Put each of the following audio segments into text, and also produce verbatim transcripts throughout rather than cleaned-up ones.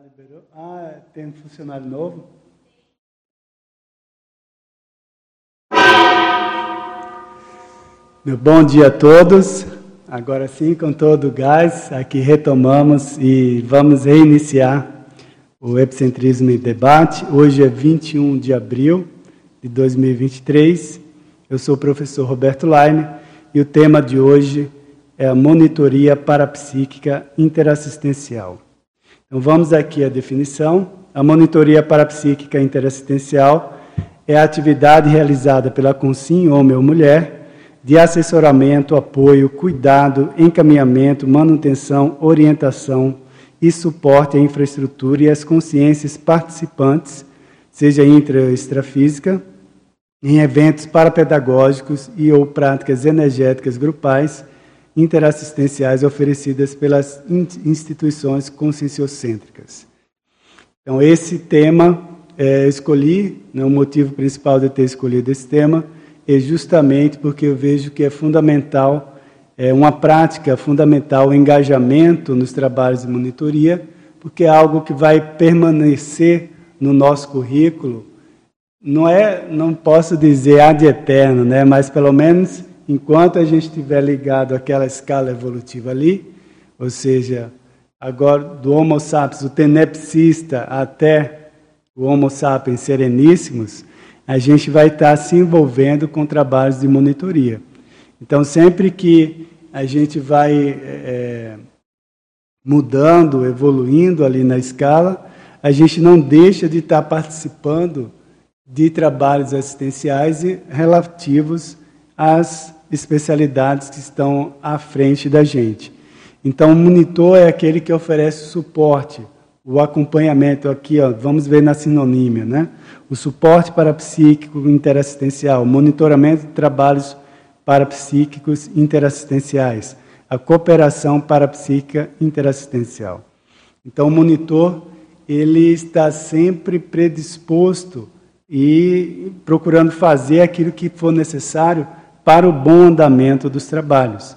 liberou? Ah, tem um funcionário novo? Meu bom dia a todos. Agora sim, com todo o gás, aqui retomamos e vamos reiniciar o Epicentrismo em Debate. Hoje é vinte e um de abril de dois mil e vinte e três. Eu sou o professor Roberto Laine e o tema de hoje é a monitoria parapsíquica interassistencial. Então vamos aqui à definição. A monitoria parapsíquica interassistencial é a atividade realizada pela Consim, homem ou mulher, de assessoramento, apoio, cuidado, encaminhamento, manutenção, orientação e suporte à infraestrutura e às consciências participantes, seja intra ou extrafísica, em eventos parapedagógicos e ou práticas energéticas grupais interassistenciais oferecidas pelas instituições conscienciocêntricas. Então, esse tema é, eu escolhi, né, o motivo principal de ter escolhido esse tema é justamente porque eu vejo que é fundamental, é uma prática fundamental, o engajamento nos trabalhos de monitoria, porque é algo que vai permanecer no nosso currículo. Não é, não posso dizer ad eterno, né, mas pelo menos enquanto a gente estiver ligado àquela escala evolutiva ali, ou seja, agora do Homo sapiens, o tenepsista, até o Homo sapiens sereníssimos, a gente vai estar se envolvendo com trabalhos de monitoria. Então, sempre que a gente vai é, mudando, evoluindo ali na escala, a gente não deixa de estar participando de trabalhos assistenciais e relativos às especialidades que estão à frente da gente. Então, o monitor é aquele que oferece o suporte, o acompanhamento, aqui, ó, vamos ver na sinonímia, né? O suporte parapsíquico interassistencial, monitoramento de trabalhos parapsíquicos interassistenciais, a cooperação parapsíquica interassistencial. Então, o monitor, ele está sempre predisposto e procurando fazer aquilo que for necessário para o bom andamento dos trabalhos.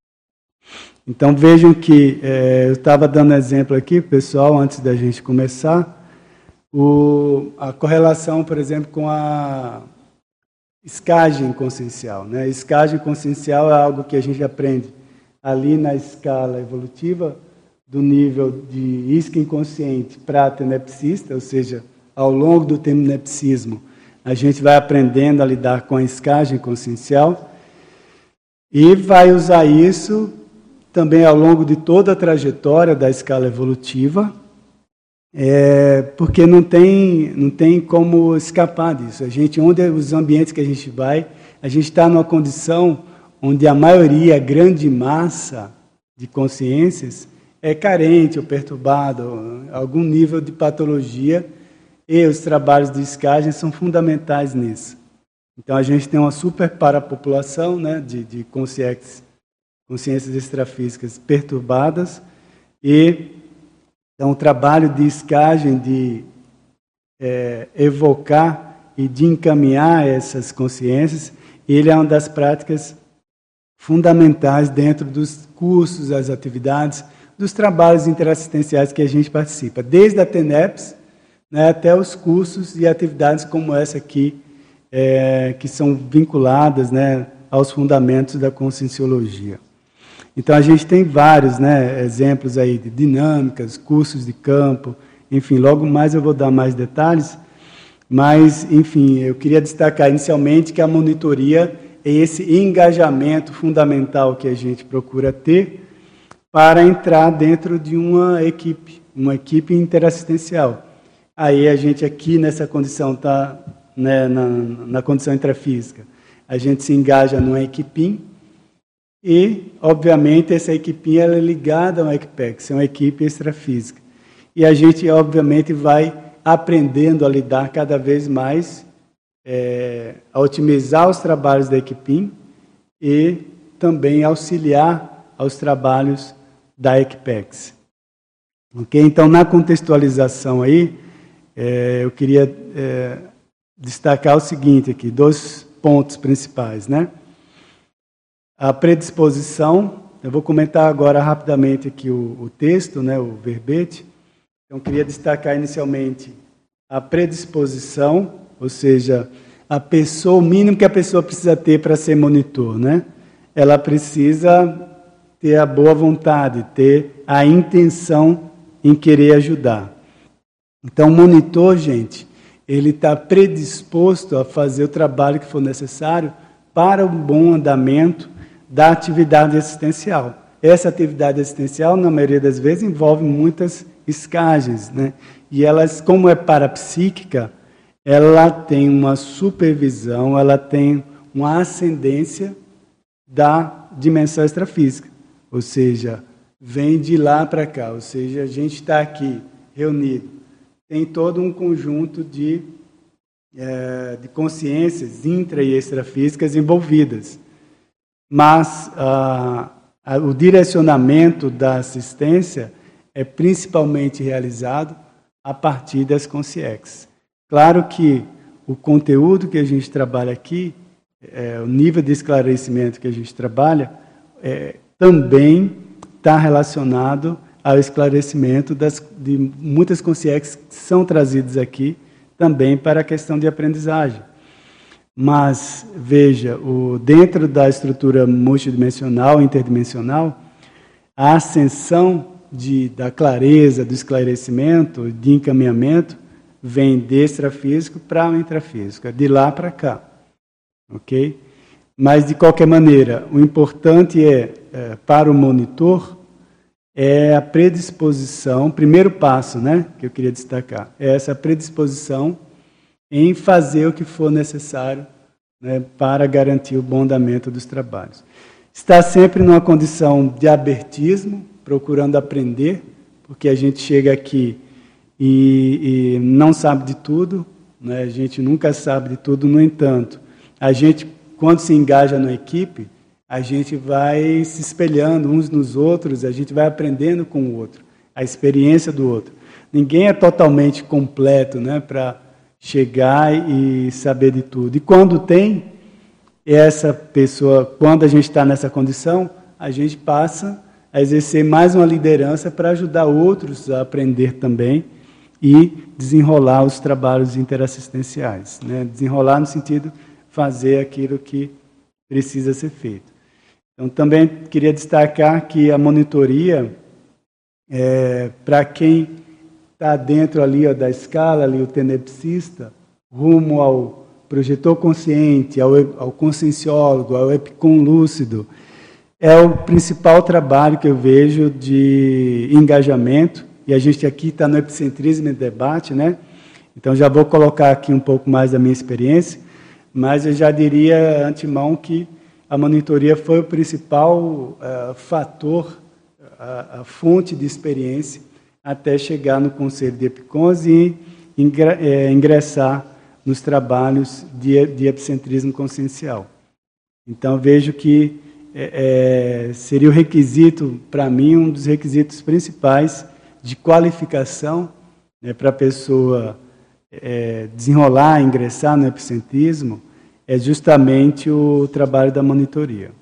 Então vejam que, é, eu estava dando exemplo aqui, pessoal, antes da gente começar, o, a correlação, por exemplo, com a escagem consciencial. Né? Escagem consciencial é algo que a gente aprende ali na escala evolutiva, do nível de isca inconsciente para tenepsista, ou seja, ao longo do tenepsismo, a gente vai aprendendo a lidar com a escagem consciencial e vai usar isso também ao longo de toda a trajetória da escala evolutiva, é, porque não tem, não tem como escapar disso. A gente, onde os ambientes que a gente vai, a gente está numa condição onde a maioria, a grande massa de consciências é carente ou perturbado, algum nível de patologia, e os trabalhos de escagem são fundamentais nisso. Então, a gente tem uma super parapopulação, né, de, de consciências, consciências extrafísicas perturbadas, e então, o trabalho de escagem, de é, evocar e de encaminhar essas consciências, ele é uma das práticas fundamentais dentro dos cursos, das atividades, dos trabalhos interassistenciais que a gente participa, desde a TENEPS, né, até os cursos e atividades como essa aqui, é, que são vinculadas, né, aos fundamentos da conscienciologia. Então, a gente tem vários, né, exemplos aí de dinâmicas, cursos de campo, enfim, logo mais eu vou dar mais detalhes, mas, enfim, eu queria destacar inicialmente que a monitoria é esse engajamento fundamental que a gente procura ter para entrar dentro de uma equipe, uma equipe interassistencial. Aí a gente aqui nessa condição está, né, na, na condição intrafísica, a gente se engaja numa equipim e, obviamente, essa equipinha ela é ligada a uma equipex, é uma equipe extrafísica. E a gente, obviamente, vai aprendendo a lidar cada vez mais, é, a otimizar os trabalhos da equipim e também auxiliar aos trabalhos da equipex. Okay? Então, na contextualização aí, É, eu queria é, destacar o seguinte aqui, dois pontos principais, né? A predisposição, eu vou comentar agora rapidamente aqui o, o texto, né, o verbete. Então, queria destacar inicialmente a predisposição, ou seja, a pessoa, o mínimo que a pessoa precisa ter para ser monitor, né? Ela precisa ter a boa vontade, ter a intenção em querer ajudar. Então, o monitor, gente, ele está predisposto a fazer o trabalho que for necessário para o bom andamento da atividade assistencial. Essa atividade assistencial, na maioria das vezes, envolve muitas escagens, né? E elas, como é parapsíquica, ela tem uma supervisão, ela tem uma ascendência da dimensão extrafísica. Ou seja, vem de lá para cá. Ou seja, a gente está aqui reunido. Tem todo um conjunto de, é, de consciências intra- e extrafísicas envolvidas. Mas ah, a, o direcionamento da assistência é principalmente realizado a partir das consciências. Claro que o conteúdo que a gente trabalha aqui, é, o nível de esclarecimento que a gente trabalha, é, também está relacionado ao esclarecimento das, de muitas consciências que são trazidas aqui também para a questão de aprendizagem. Mas, veja, o, dentro da estrutura multidimensional, interdimensional, a ascensão de, da clareza, do esclarecimento, de encaminhamento, vem de extrafísico para o intrafísico, de lá para cá. Ok? Mas, de qualquer maneira, o importante é, é, para o monitor, é a predisposição, primeiro passo, né, que eu queria destacar, é essa predisposição em fazer o que for necessário, né, para garantir o bom andamento dos trabalhos. Está sempre numa condição de abertismo, procurando aprender, porque a gente chega aqui e, e não sabe de tudo, né, a gente nunca sabe de tudo, no entanto, a gente, quando se engaja na equipe, a gente vai se espelhando uns nos outros, a gente vai aprendendo com o outro, a experiência do outro. Ninguém é totalmente completo, né, para chegar e saber de tudo. E quando tem essa pessoa, quando a gente está nessa condição, a gente passa a exercer mais uma liderança para ajudar outros a aprender também e desenrolar os trabalhos interassistenciais, né? Desenrolar no sentido de fazer aquilo que precisa ser feito. Então, também queria destacar que a monitoria, é, para quem está dentro ali, ó, da escala, ali, o tenepsista, rumo ao projetor consciente, ao, ao conscienciólogo, ao epicom lúcido, é o principal trabalho que eu vejo de engajamento, e a gente aqui está no Epicentrismo e Debate, né? Então já vou colocar aqui um pouco mais da minha experiência, mas eu já diria antemão que a monitoria foi o principal uh, fator, a, a fonte de experiência, até chegar no Conselho de Epicons e ingre, é, ingressar nos trabalhos de, de epicentrismo consciencial. Então, vejo que é, é, seria o requisito, para mim, um dos requisitos principais de qualificação, né, para a pessoa é, desenrolar, ingressar no epicentrismo, é justamente o trabalho da monitoria.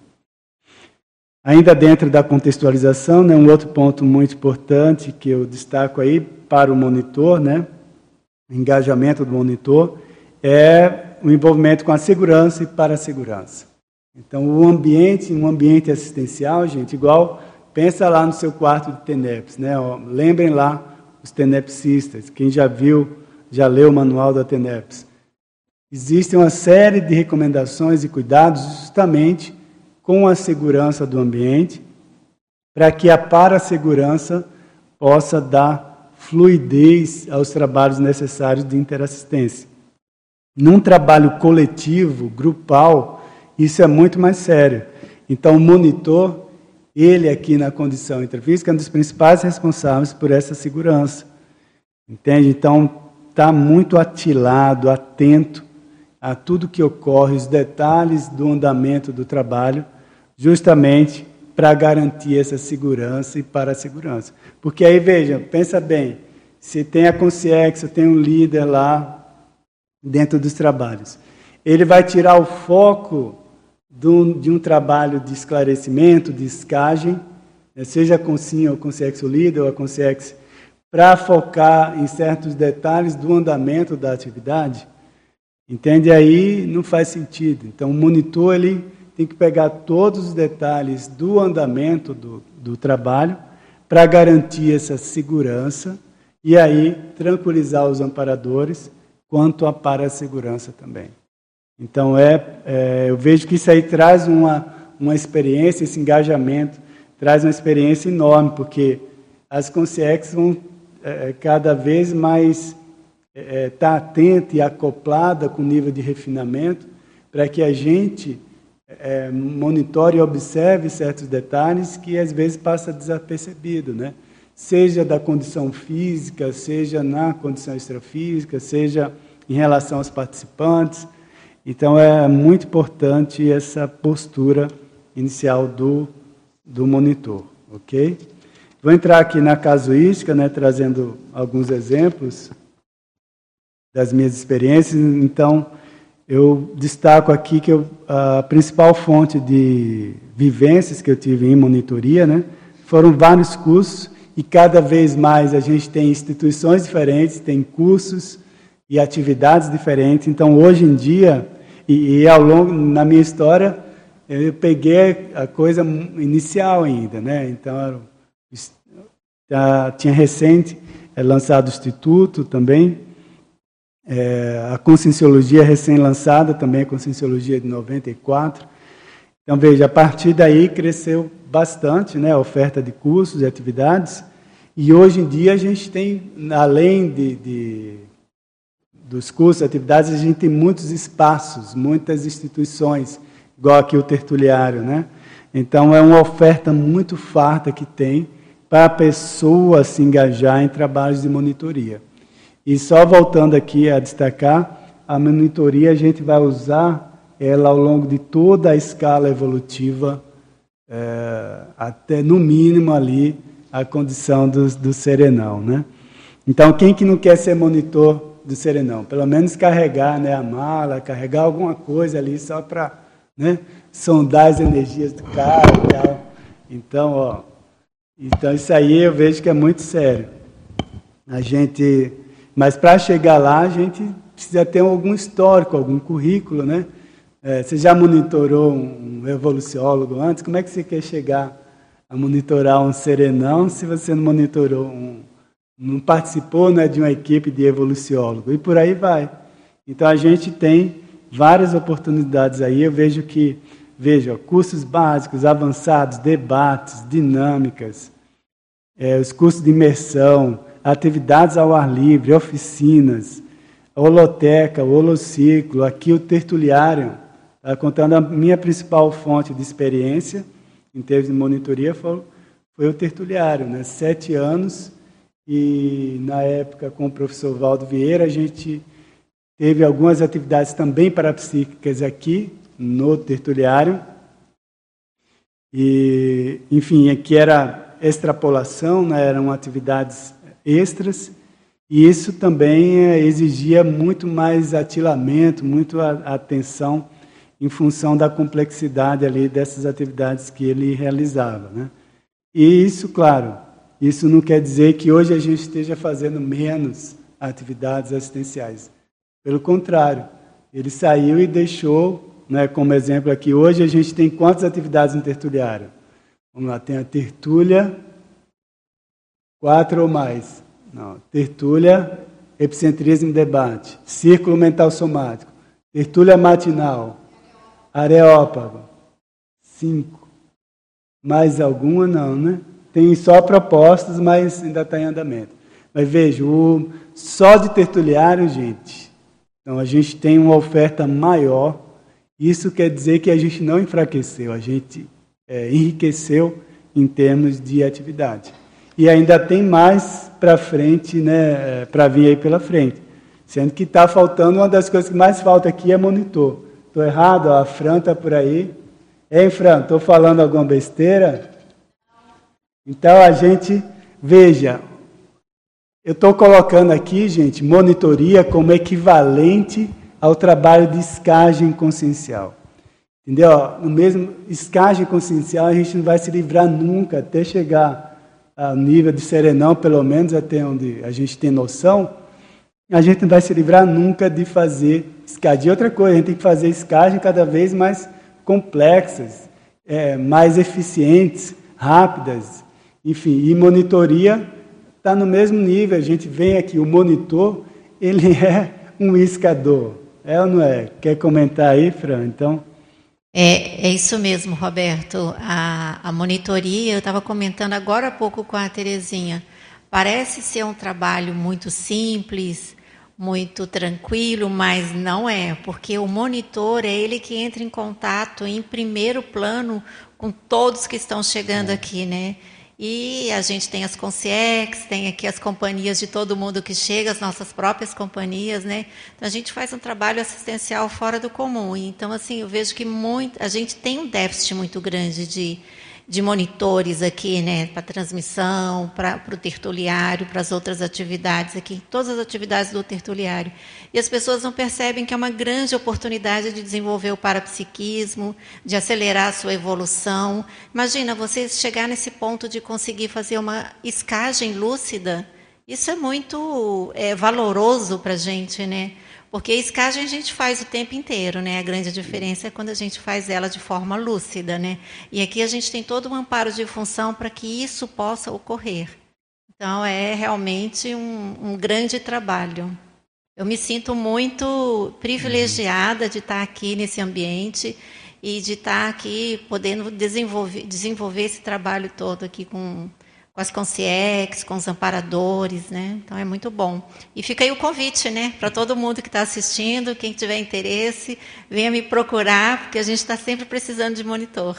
Ainda dentro da contextualização, né, um outro ponto muito importante que eu destaco aí para o monitor, né, o engajamento do monitor, é o envolvimento com a segurança e para a segurança. Então, o ambiente, um ambiente assistencial, gente, igual, pensa lá no seu quarto de TENEPS, né? Ó, lembrem lá os tenepsistas, quem já viu, já leu o manual da TENEPS. Existe uma série de recomendações e cuidados justamente com a segurança do ambiente, para que a parasegurança possa dar fluidez aos trabalhos necessários de interassistência. Num trabalho coletivo, grupal, isso é muito mais sério. Então, o monitor, ele aqui na condição intrafísica, é um dos principais responsáveis por essa segurança. Entende? Então, está muito atilado, atento a tudo que ocorre, os detalhes do andamento do trabalho, justamente para garantir essa segurança e para a segurança. Porque aí, veja, pensa bem, se tem a consciência, tem um líder lá dentro dos trabalhos, ele vai tirar o foco de um, de um trabalho de esclarecimento, de escagem, seja a consciência ou consciência líder ou a consciência, para focar em certos detalhes do andamento da atividade, entende? Aí não faz sentido. Então, o monitor ele tem que pegar todos os detalhes do andamento do, do trabalho para garantir essa segurança e aí tranquilizar os amparadores quanto à para-segurança também. Então, é, é, eu vejo que isso aí traz uma, uma experiência, esse engajamento, traz uma experiência enorme, porque as Consciex vão é, cada vez mais estar é, tá atenta e acoplada com o nível de refinamento, para que a gente é, monitore e observe certos detalhes que às vezes passa desapercebido, né? Seja da condição física, seja na condição extrafísica, seja em relação aos participantes. Então, é muito importante essa postura inicial do, do monitor, ok? Vou entrar aqui na casuística, né, trazendo alguns exemplos das minhas experiências. Então, eu destaco aqui que eu, a principal fonte de vivências que eu tive em monitoria, né, foram vários cursos, e cada vez mais a gente tem instituições diferentes, tem cursos e atividades diferentes. Então, hoje em dia, e, e ao longo, na minha história, eu peguei a coisa inicial ainda, né? Então, já tinha recente é, lançado o Instituto também, é, a Conscienciologia recém-lançada também, a Conscienciologia de noventa e quatro. Então, veja, a partir daí cresceu bastante, né, a oferta de cursos e atividades, e hoje em dia a gente tem, além de, de, dos cursos e atividades, a gente tem muitos espaços, muitas instituições, igual aqui o tertuliário, né? Então, é uma oferta muito farta que tem para a pessoa se engajar em trabalhos de monitoria. E só voltando aqui a destacar, a monitoria a gente vai usar ela ao longo de toda a escala evolutiva, é, até no mínimo ali a condição do, do serenão, né? Então, quem que não quer ser monitor do serenão? Pelo menos carregar, né, a mala, carregar alguma coisa ali só para, né, sondar as energias do cara e tal. Então, ó, então isso aí eu vejo que é muito sério. A gente, mas para chegar lá, a gente precisa ter algum histórico, algum currículo, né? É, você já monitorou um, um evoluciólogo antes? Como é que você quer chegar a monitorar um serenão se você não monitorou, um, não participou, né, de uma equipe de evoluciólogo? E por aí vai. Então a gente tem várias oportunidades aí. Eu vejo que, veja, cursos básicos, avançados, debates, dinâmicas, é, os cursos de imersão, atividades ao ar livre, oficinas, holoteca, holociclo, aqui o tertuliário, tá, contando a minha principal fonte de experiência em termos de monitoria foi, foi o tertuliário, né? Sete anos, e na época com o professor Valdo Vieira, a gente teve algumas atividades também parapsíquicas aqui no tertuliário, e, enfim, aqui era extrapolação, né? Eram atividades extras, e isso também é, exigia muito mais atilamento, muito a, atenção em função da complexidade ali dessas atividades que ele realizava, né? E isso, claro, isso não quer dizer que hoje a gente esteja fazendo menos atividades assistenciais. Pelo contrário, ele saiu e deixou, né, como exemplo aqui, hoje a gente tem quantas atividades no tertuliário? Vamos lá, tem a tertúlia, quatro ou mais. Não, tertúlia, epicentrismo e debate, círculo mental somático, tertúlia matinal, Areópago, cinco. Mais alguma não, né? Tem só propostas, mas ainda está em andamento. Mas veja, o, só de tertuliário, gente, então a gente tem uma oferta maior. Isso quer dizer que a gente não enfraqueceu, a gente é, enriqueceu em termos de atividade. E ainda tem mais para frente, né, para vir aí pela frente. Sendo que está faltando, uma das coisas que mais falta aqui é monitor. Estou errado? Ó, a Fran está por aí. Ei, Fran, estou falando alguma besteira? Então, a gente, veja, eu estou colocando aqui, gente, monitoria como equivalente ao trabalho de escagem consciencial. Entendeu? No mesmo escagem consciencial, a gente não vai se livrar nunca, até chegar ao nível de serenão, pelo menos até onde a gente tem noção, a gente não vai se livrar nunca de fazer escagem. E outra coisa, a gente tem que fazer escagem cada vez mais complexas, é, mais eficientes, rápidas, enfim, e monitoria está no mesmo nível. A gente vem aqui, o monitor, ele é um iscador, é ou não é? Quer comentar aí, Fran? Então... É, é isso mesmo, Roberto. A, a monitoria, eu estava comentando agora há pouco com a Terezinha, parece ser um trabalho muito simples, muito tranquilo, mas não é, porque o monitor é ele que entra em contato em primeiro plano com todos que estão chegando aqui, né? E a gente tem as concierges, tem aqui as companhias de todo mundo que chega, as nossas próprias companhias, né? Então, a gente faz um trabalho assistencial fora do comum. Então, assim, eu vejo que muito, a gente tem um déficit muito grande de, de monitores aqui, né? Para transmissão, para o tertuliário, para as outras atividades aqui, todas as atividades do tertuliário. E as pessoas não percebem que é uma grande oportunidade de desenvolver o parapsiquismo, de acelerar a sua evolução. Imagina, você chegar nesse ponto de conseguir fazer uma escagem lúcida, isso é muito é, valoroso para a gente, né? Porque a escagem a gente faz o tempo inteiro, né? A grande diferença é quando a gente faz ela de forma lúcida, né? E aqui a gente tem todo um amparo de função para que isso possa ocorrer. Então, é realmente um, um grande trabalho. Eu me sinto muito privilegiada de estar aqui nesse ambiente e de estar aqui podendo desenvolver, desenvolver esse trabalho todo aqui com, com as concierges, com os amparadores, né? Então é muito bom. E fica aí o convite, né, para todo mundo que está assistindo, quem tiver interesse, venha me procurar, porque a gente está sempre precisando de monitor.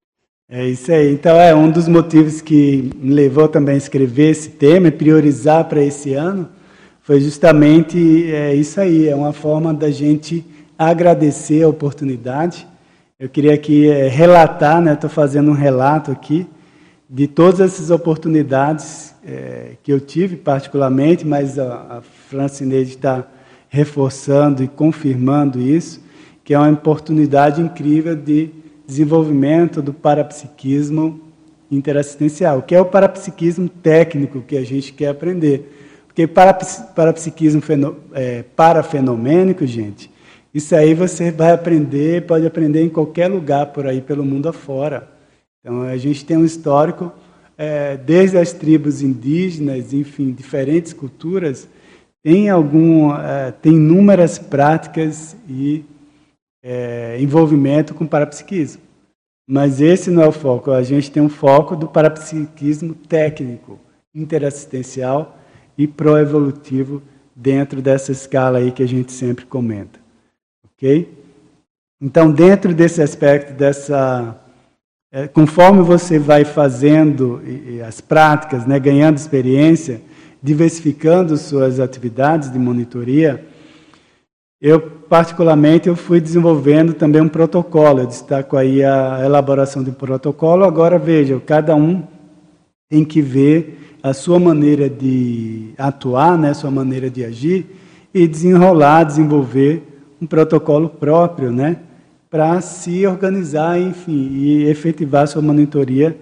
É isso aí. Então é um dos motivos que me levou também a escrever esse tema, priorizar para esse ano. Foi justamente é, isso aí, é uma forma da gente agradecer a oportunidade. Eu queria aqui é, relatar, né, estou fazendo um relato aqui, de todas essas oportunidades é, que eu tive particularmente, mas a, a Francineide está reforçando e confirmando isso, que é uma oportunidade incrível de desenvolvimento do parapsiquismo interassistencial, que é o parapsiquismo técnico que a gente quer aprender. Porque parapsiquismo é, parafenomênico, gente, isso aí você vai aprender, pode aprender em qualquer lugar por aí, pelo mundo afora. Então, a gente tem um histórico, é, desde as tribos indígenas, enfim, diferentes culturas, tem, algum, é, tem inúmeras práticas e é, envolvimento com parapsiquismo. Mas esse não é o foco, a gente tem um foco do parapsiquismo técnico, interassistencial, e proevolutivo dentro dessa escala aí que a gente sempre comenta. Ok? Então, dentro desse aspecto, dessa, é, conforme você vai fazendo e, e as práticas, né, ganhando experiência, diversificando suas atividades de monitoria, eu, particularmente, eu fui desenvolvendo também um protocolo. Eu destaco aí a elaboração de um protocolo. Agora, veja, cada um tem que ver a sua maneira de atuar, né, a sua maneira de agir, e desenrolar, desenvolver um protocolo próprio, né, para se organizar, enfim, e efetivar a sua monitoria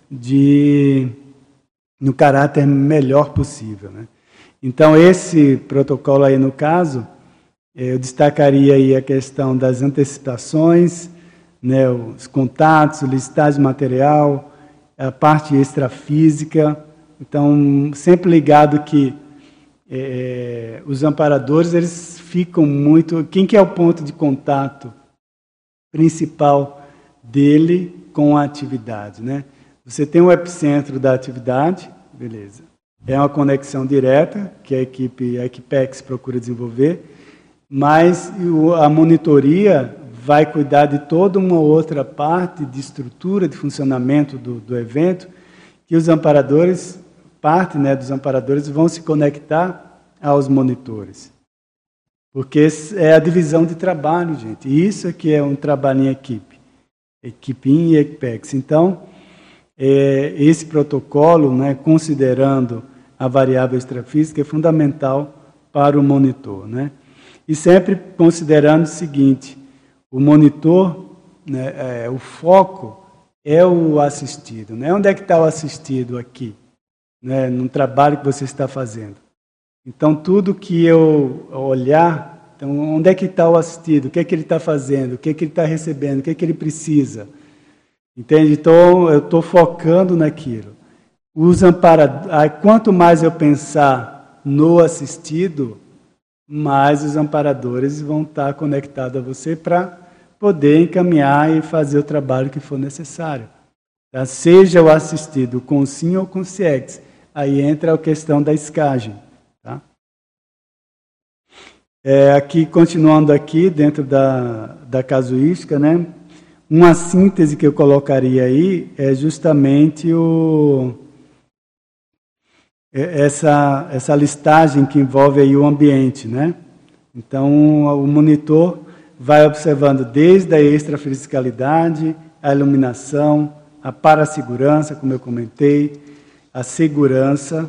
de, no caráter melhor possível, né. Então, esse protocolo aí, no caso, eu destacaria aí a questão das antecipações, né, os contatos, listagem de material, a parte extrafísica. Então, sempre ligado que é, os amparadores, eles ficam muito... Quem que é o ponto de contato principal dele com a atividade, né? Você tem o epicentro da atividade, beleza. É uma conexão direta, que a equipe, a Equipex procura desenvolver, mas a monitoria vai cuidar de toda uma outra parte de estrutura, de funcionamento do, do evento, que os amparadores... parte, né, dos amparadores vão se conectar aos monitores. Porque é a divisão de trabalho, gente. E isso aqui é um trabalho em equipe. Equipim e Equipex. Então, é, esse protocolo, né, considerando a variável extrafísica, é fundamental para o monitor, né? E sempre considerando o seguinte, o monitor, né, é, o foco é o assistido, né? Onde é que está o assistido aqui? né, no trabalho que você está fazendo. Então, tudo que eu olhar, então, onde é que está o assistido, o que é que ele está fazendo, o que é que ele está recebendo, o que é que ele precisa. Entende? Então, eu estou focando naquilo. Os amparadores, quanto mais eu pensar no assistido, mais os amparadores vão estar conectados a você para poder encaminhar e fazer o trabalho que for necessário. Tá? Seja o assistido com sim ou com ciex. Aí entra a questão da escagem. Tá? É, aqui, continuando aqui, dentro da, da casuística, né? Uma síntese que eu colocaria aí é justamente o, essa, essa listagem que envolve aí o ambiente, né? Então, o monitor vai observando desde a extrafisicalidade, a iluminação, a parasegurança, como eu comentei, a segurança,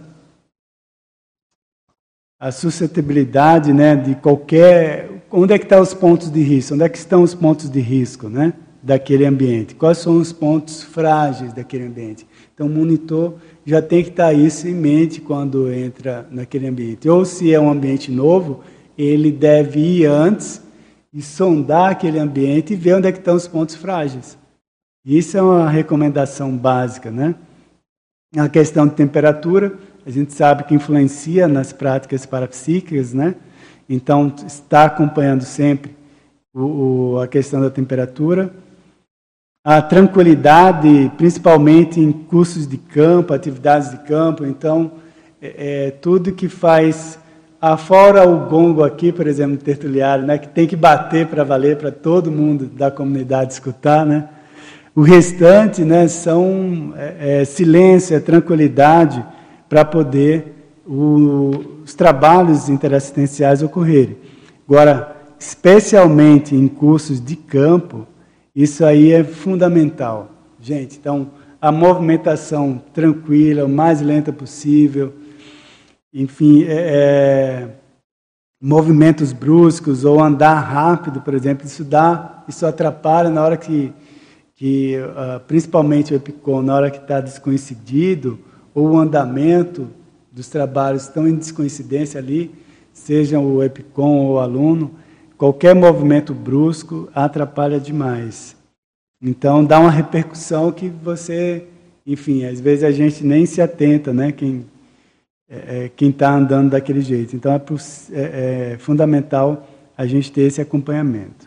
a suscetibilidade, né, de qualquer... Onde é que estão os pontos de risco? Onde é que estão os pontos de risco, né, daquele ambiente? Quais são os pontos frágeis daquele ambiente? Então, o monitor já tem que estar isso em mente quando entra naquele ambiente. Ou se é um ambiente novo, ele deve ir antes e sondar aquele ambiente e ver onde é que estão os pontos frágeis. Isso é uma recomendação básica, né? A questão de temperatura, a gente sabe que influencia nas práticas parapsíquicas, né? Então, está acompanhando sempre o, o, a questão da temperatura. A tranquilidade, principalmente em cursos de campo, atividades de campo. Então, é, é, tudo que faz, afora o gongo aqui, por exemplo, no tertuliário, né? Que tem que bater para valer, para todo mundo da comunidade escutar, né? O restante, né, são é, é, silêncio, é tranquilidade para poder o, os trabalhos interassistenciais ocorrerem. Agora, especialmente em cursos de campo, isso aí é fundamental. Gente, então, a movimentação tranquila, o mais lenta possível, enfim, é, é, movimentos bruscos ou andar rápido, por exemplo, isso dá, isso atrapalha na hora que que uh, principalmente o EPICOM, na hora que está descoincidido, ou o andamento dos trabalhos estão em descoincidência ali, seja o EPICOM ou o aluno, qualquer movimento brusco atrapalha demais. Então, dá uma repercussão que você, enfim, às vezes a gente nem se atenta, né, quem é, quem está andando daquele jeito. Então, é, é, é fundamental a gente ter esse acompanhamento.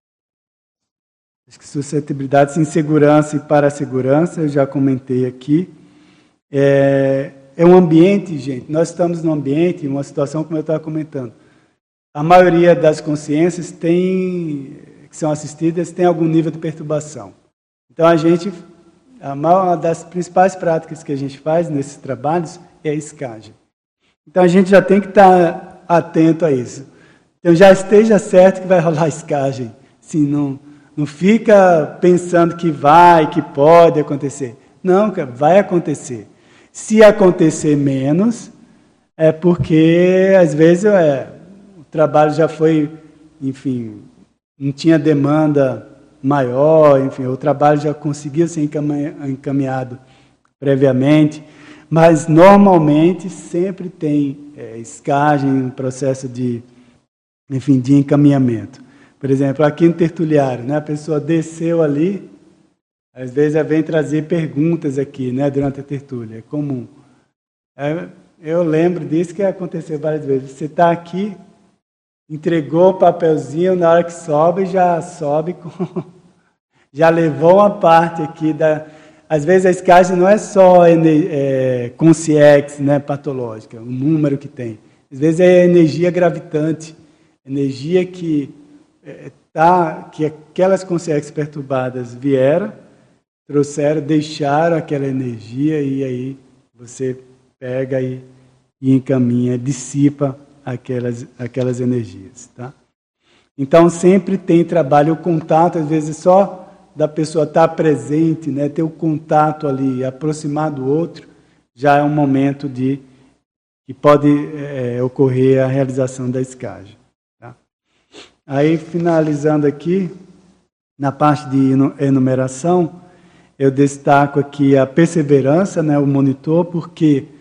Acho que suscetibilidades, insegurança e parasegurança, eu já comentei aqui. É, é um ambiente, gente, nós estamos num ambiente, uma situação como eu estava comentando. A maioria das consciências tem, que são assistidas tem algum nível de perturbação. Então, a gente, a maior, uma das principais práticas que a gente faz nesses trabalhos é a escagem. Então, a gente já tem que estar atento a isso. Então, já esteja certo que vai rolar escagem, se não... Não fica pensando que vai, que pode acontecer. Não, vai acontecer. Se acontecer menos, é porque, às vezes, é, o trabalho já foi, enfim, não tinha demanda maior, enfim, o trabalho já conseguiu ser encaminhado previamente, mas, normalmente, sempre tem é, escagem, um processo de, enfim, de encaminhamento. Por exemplo, aqui no tertuliário, né, a pessoa desceu ali, às vezes ela vem trazer perguntas aqui, né, durante a tertúlia, é comum. Eu lembro disso que aconteceu várias vezes. Você está aqui, entregou o papelzinho, na hora que sobe, já sobe com... já levou uma parte aqui da... Às vezes a escagem não é só é, consciex, né, patológica, o número que tem. Às vezes é energia gravitante, energia que... Tá, que aquelas consciências perturbadas vieram, trouxeram, deixaram aquela energia e aí você pega e, e encaminha, dissipa aquelas, aquelas energias. Tá? Então, sempre tem trabalho, o contato, às vezes só da pessoa estar presente, né, ter o contato ali, aproximar do outro, já é um momento de que pode é, ocorrer a realização da escagem. Aí, finalizando aqui, na parte de enumeração, eu destaco aqui a perseverança, né, o monitor, porque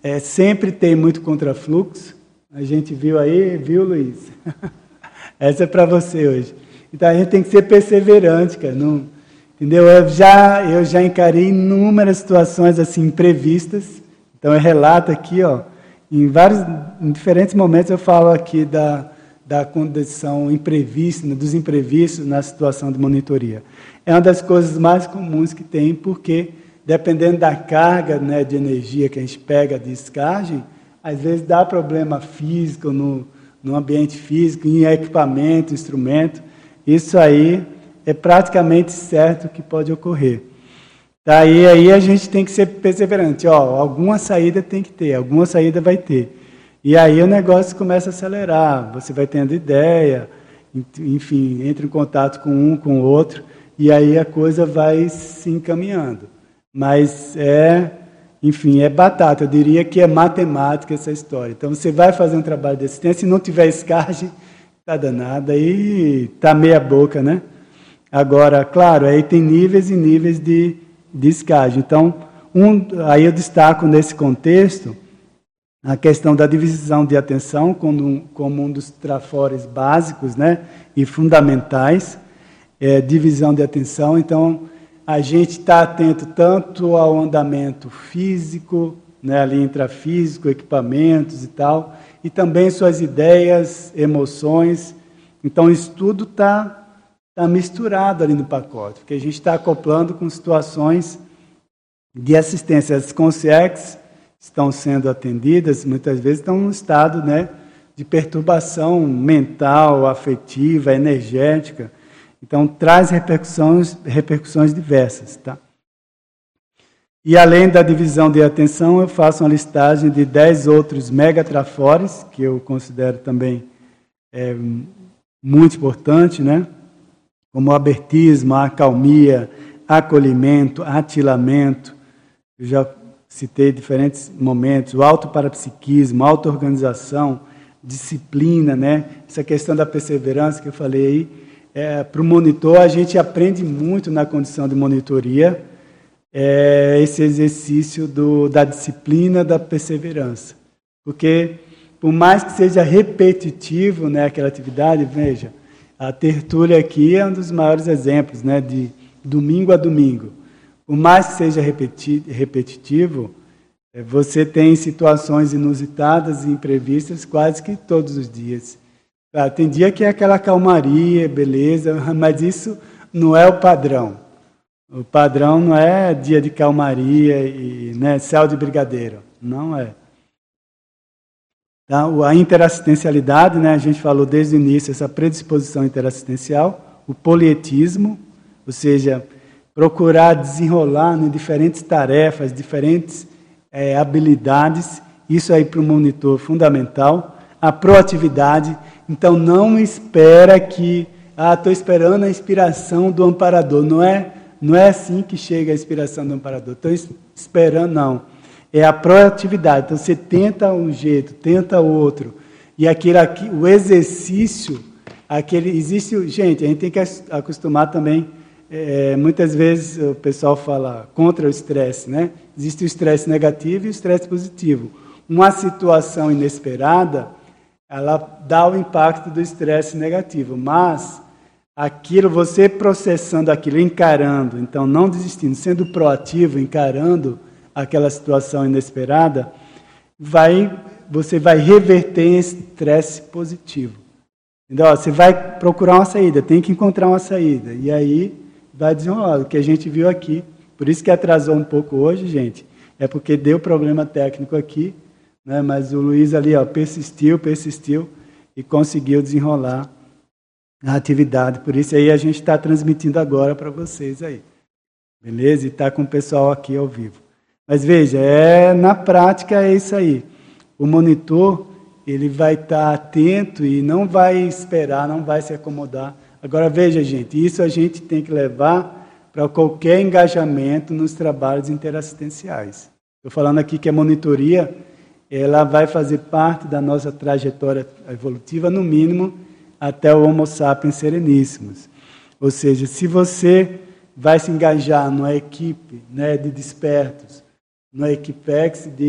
é, sempre tem muito contrafluxo. A gente viu aí, viu, Luiz? Essa é para você hoje. Então a gente tem que ser perseverante, cara. Não, entendeu? Eu já, eu já encarei inúmeras situações assim imprevistas. Então eu relato aqui, ó, em vários, em diferentes momentos eu falo aqui da, da condição imprevista, dos imprevistos na situação de monitoria. É uma das coisas mais comuns que tem, porque dependendo da carga, né, de energia que a gente pega de descagem, às vezes dá problema físico no, no ambiente físico, em equipamento, instrumento. Isso aí é praticamente certo que pode ocorrer. Daí aí a gente tem que ser perseverante. Ó, alguma saída tem que ter, alguma saída vai ter. E aí o negócio começa a acelerar, você vai tendo ideia, enfim, entra em contato com um, com o outro, e aí a coisa vai se encaminhando. Mas é, enfim, é batata, eu diria que é matemática essa história. Então você vai fazer um trabalho de assistência, se não tiver escagem, está danado, aí está meia boca, né? Agora, claro, aí tem níveis e níveis de, de escagem. Então, um, aí eu destaco nesse contexto a questão da divisão de atenção como, como um dos trafores básicos, né, e fundamentais, é, divisão de atenção. Então, a gente está atento tanto ao andamento físico, né, ali intrafísico, equipamentos e tal, e também suas ideias, emoções. Então, isso tudo está tá misturado ali no pacote, porque a gente está acoplando com situações de assistência. As concierges estão sendo atendidas, muitas vezes estão num estado, né, de perturbação mental, afetiva, energética. Então, traz repercussões, repercussões diversas. Tá? E, além da divisão de atenção, eu faço uma listagem de dez outros megatrafores, que eu considero também é, muito importante, né? Como o abertismo, a acalmia, acolhimento, atilamento. Eu já citei diferentes momentos, o autoparapsiquismo, auto-organização, disciplina, né? Essa questão da perseverança que eu falei aí. É, para o monitor, a gente aprende muito na condição de monitoria, é, esse exercício do, da disciplina, da perseverança. Porque, por mais que seja repetitivo, né, aquela atividade, veja, a tertúlia aqui é um dos maiores exemplos, né, de domingo a domingo. Por mais que seja repeti, repetitivo, é, você tem situações inusitadas e imprevistas quase que todos os dias. Claro, tem dia que é aquela calmaria, beleza, mas isso não é o padrão. O padrão não é dia de calmaria e, né, céu de brigadeiro. Não é. Então, a interassistencialidade, né, a gente falou desde o início, essa predisposição interassistencial, o polietismo, ou seja, procurar desenrolar em diferentes tarefas, diferentes é, habilidades, isso aí para o monitor fundamental. A proatividade, então não espera que, ah, estou esperando a inspiração do amparador. Não é, não é assim que chega a inspiração do amparador. Estou esperando, não. É a proatividade. Então você tenta um jeito, tenta outro. E aquele aqui, o exercício, aquele existe, gente, a gente tem que acostumar também. É, muitas vezes o pessoal fala contra o estresse, né? Existe o estresse negativo e o estresse positivo. Uma situação inesperada, ela dá o impacto do estresse negativo, mas aquilo, você processando aquilo, encarando, então não desistindo, sendo proativo, encarando aquela situação inesperada, vai, você vai reverter em estresse positivo. Então, você vai procurar uma saída, tem que encontrar uma saída, e aí vai desenrolar, o que a gente viu aqui. Por isso que atrasou um pouco hoje, gente, é porque deu problema técnico aqui, né? Mas o Luiz ali, ó, persistiu, persistiu e conseguiu desenrolar a atividade. Por isso aí a gente está transmitindo agora para vocês aí. Beleza? E está com o pessoal aqui ao vivo. Mas veja, é, na prática é isso aí. O monitor, ele vai estar atento e não vai esperar, não vai se acomodar. Agora veja, gente, isso a gente tem que levar para qualquer engajamento nos trabalhos interassistenciais. Estou falando aqui que a monitoria, ela vai fazer parte da nossa trajetória evolutiva, no mínimo, até o Homo sapiens sereníssimos. Ou seja, se você vai se engajar numa equipe, né, de despertos, numa equipex de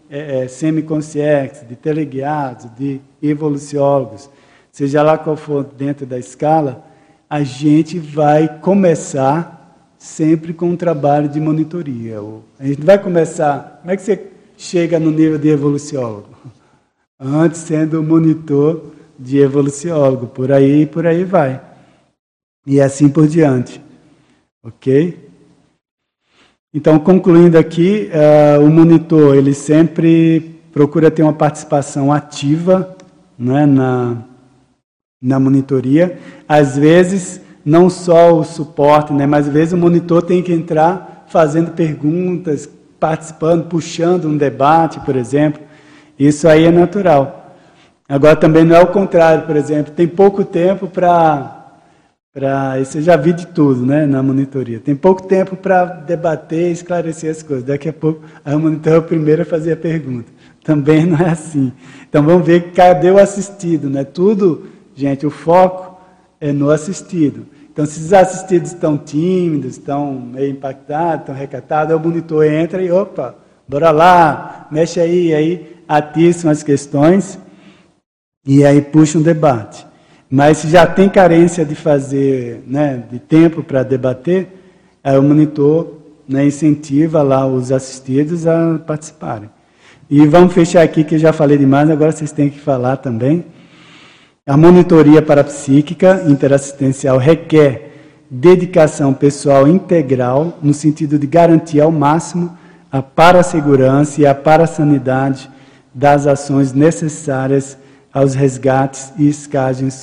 é, é, semi-conscientes, de teleguiados, de evoluciólogos, seja lá qual for dentro da escala, a gente vai começar sempre com um trabalho de monitoria. A gente vai começar... Como é que você chega no nível de evoluciólogo? Antes sendo monitor de evoluciólogo, por aí por aí vai. E assim por diante. Ok? Então, concluindo aqui, uh, o monitor, ele sempre procura ter uma participação ativa, né, na, na monitoria. Às vezes, não só o suporte, né, mas às vezes o monitor tem que entrar fazendo perguntas, participando, puxando um debate, por exemplo. Isso aí é natural. Agora, também não é o contrário, por exemplo, tem pouco tempo para... Pra, isso eu já vi de tudo, né, na monitoria. Tem pouco tempo para debater e esclarecer as coisas. Daqui a pouco, a monitor é o primeiro a fazer a pergunta. Também não é assim. Então, vamos ver cadê o assistido, né? Tudo, gente, o foco é no assistido. Então, se os assistidos estão tímidos, estão meio impactados, estão recatados, o monitor entra e, opa, bora lá, mexe aí, aí atiçam as questões e aí puxa um debate. Mas se já tem carência de fazer, né, de tempo para debater, aí o monitor, né, incentiva lá os assistidos a participarem. E vamos fechar aqui, que eu já falei demais, agora vocês têm que falar também. A monitoria parapsíquica interassistencial requer dedicação pessoal integral, no sentido de garantir ao máximo a parasegurança e a parasanidade das ações necessárias aos resgates e escagens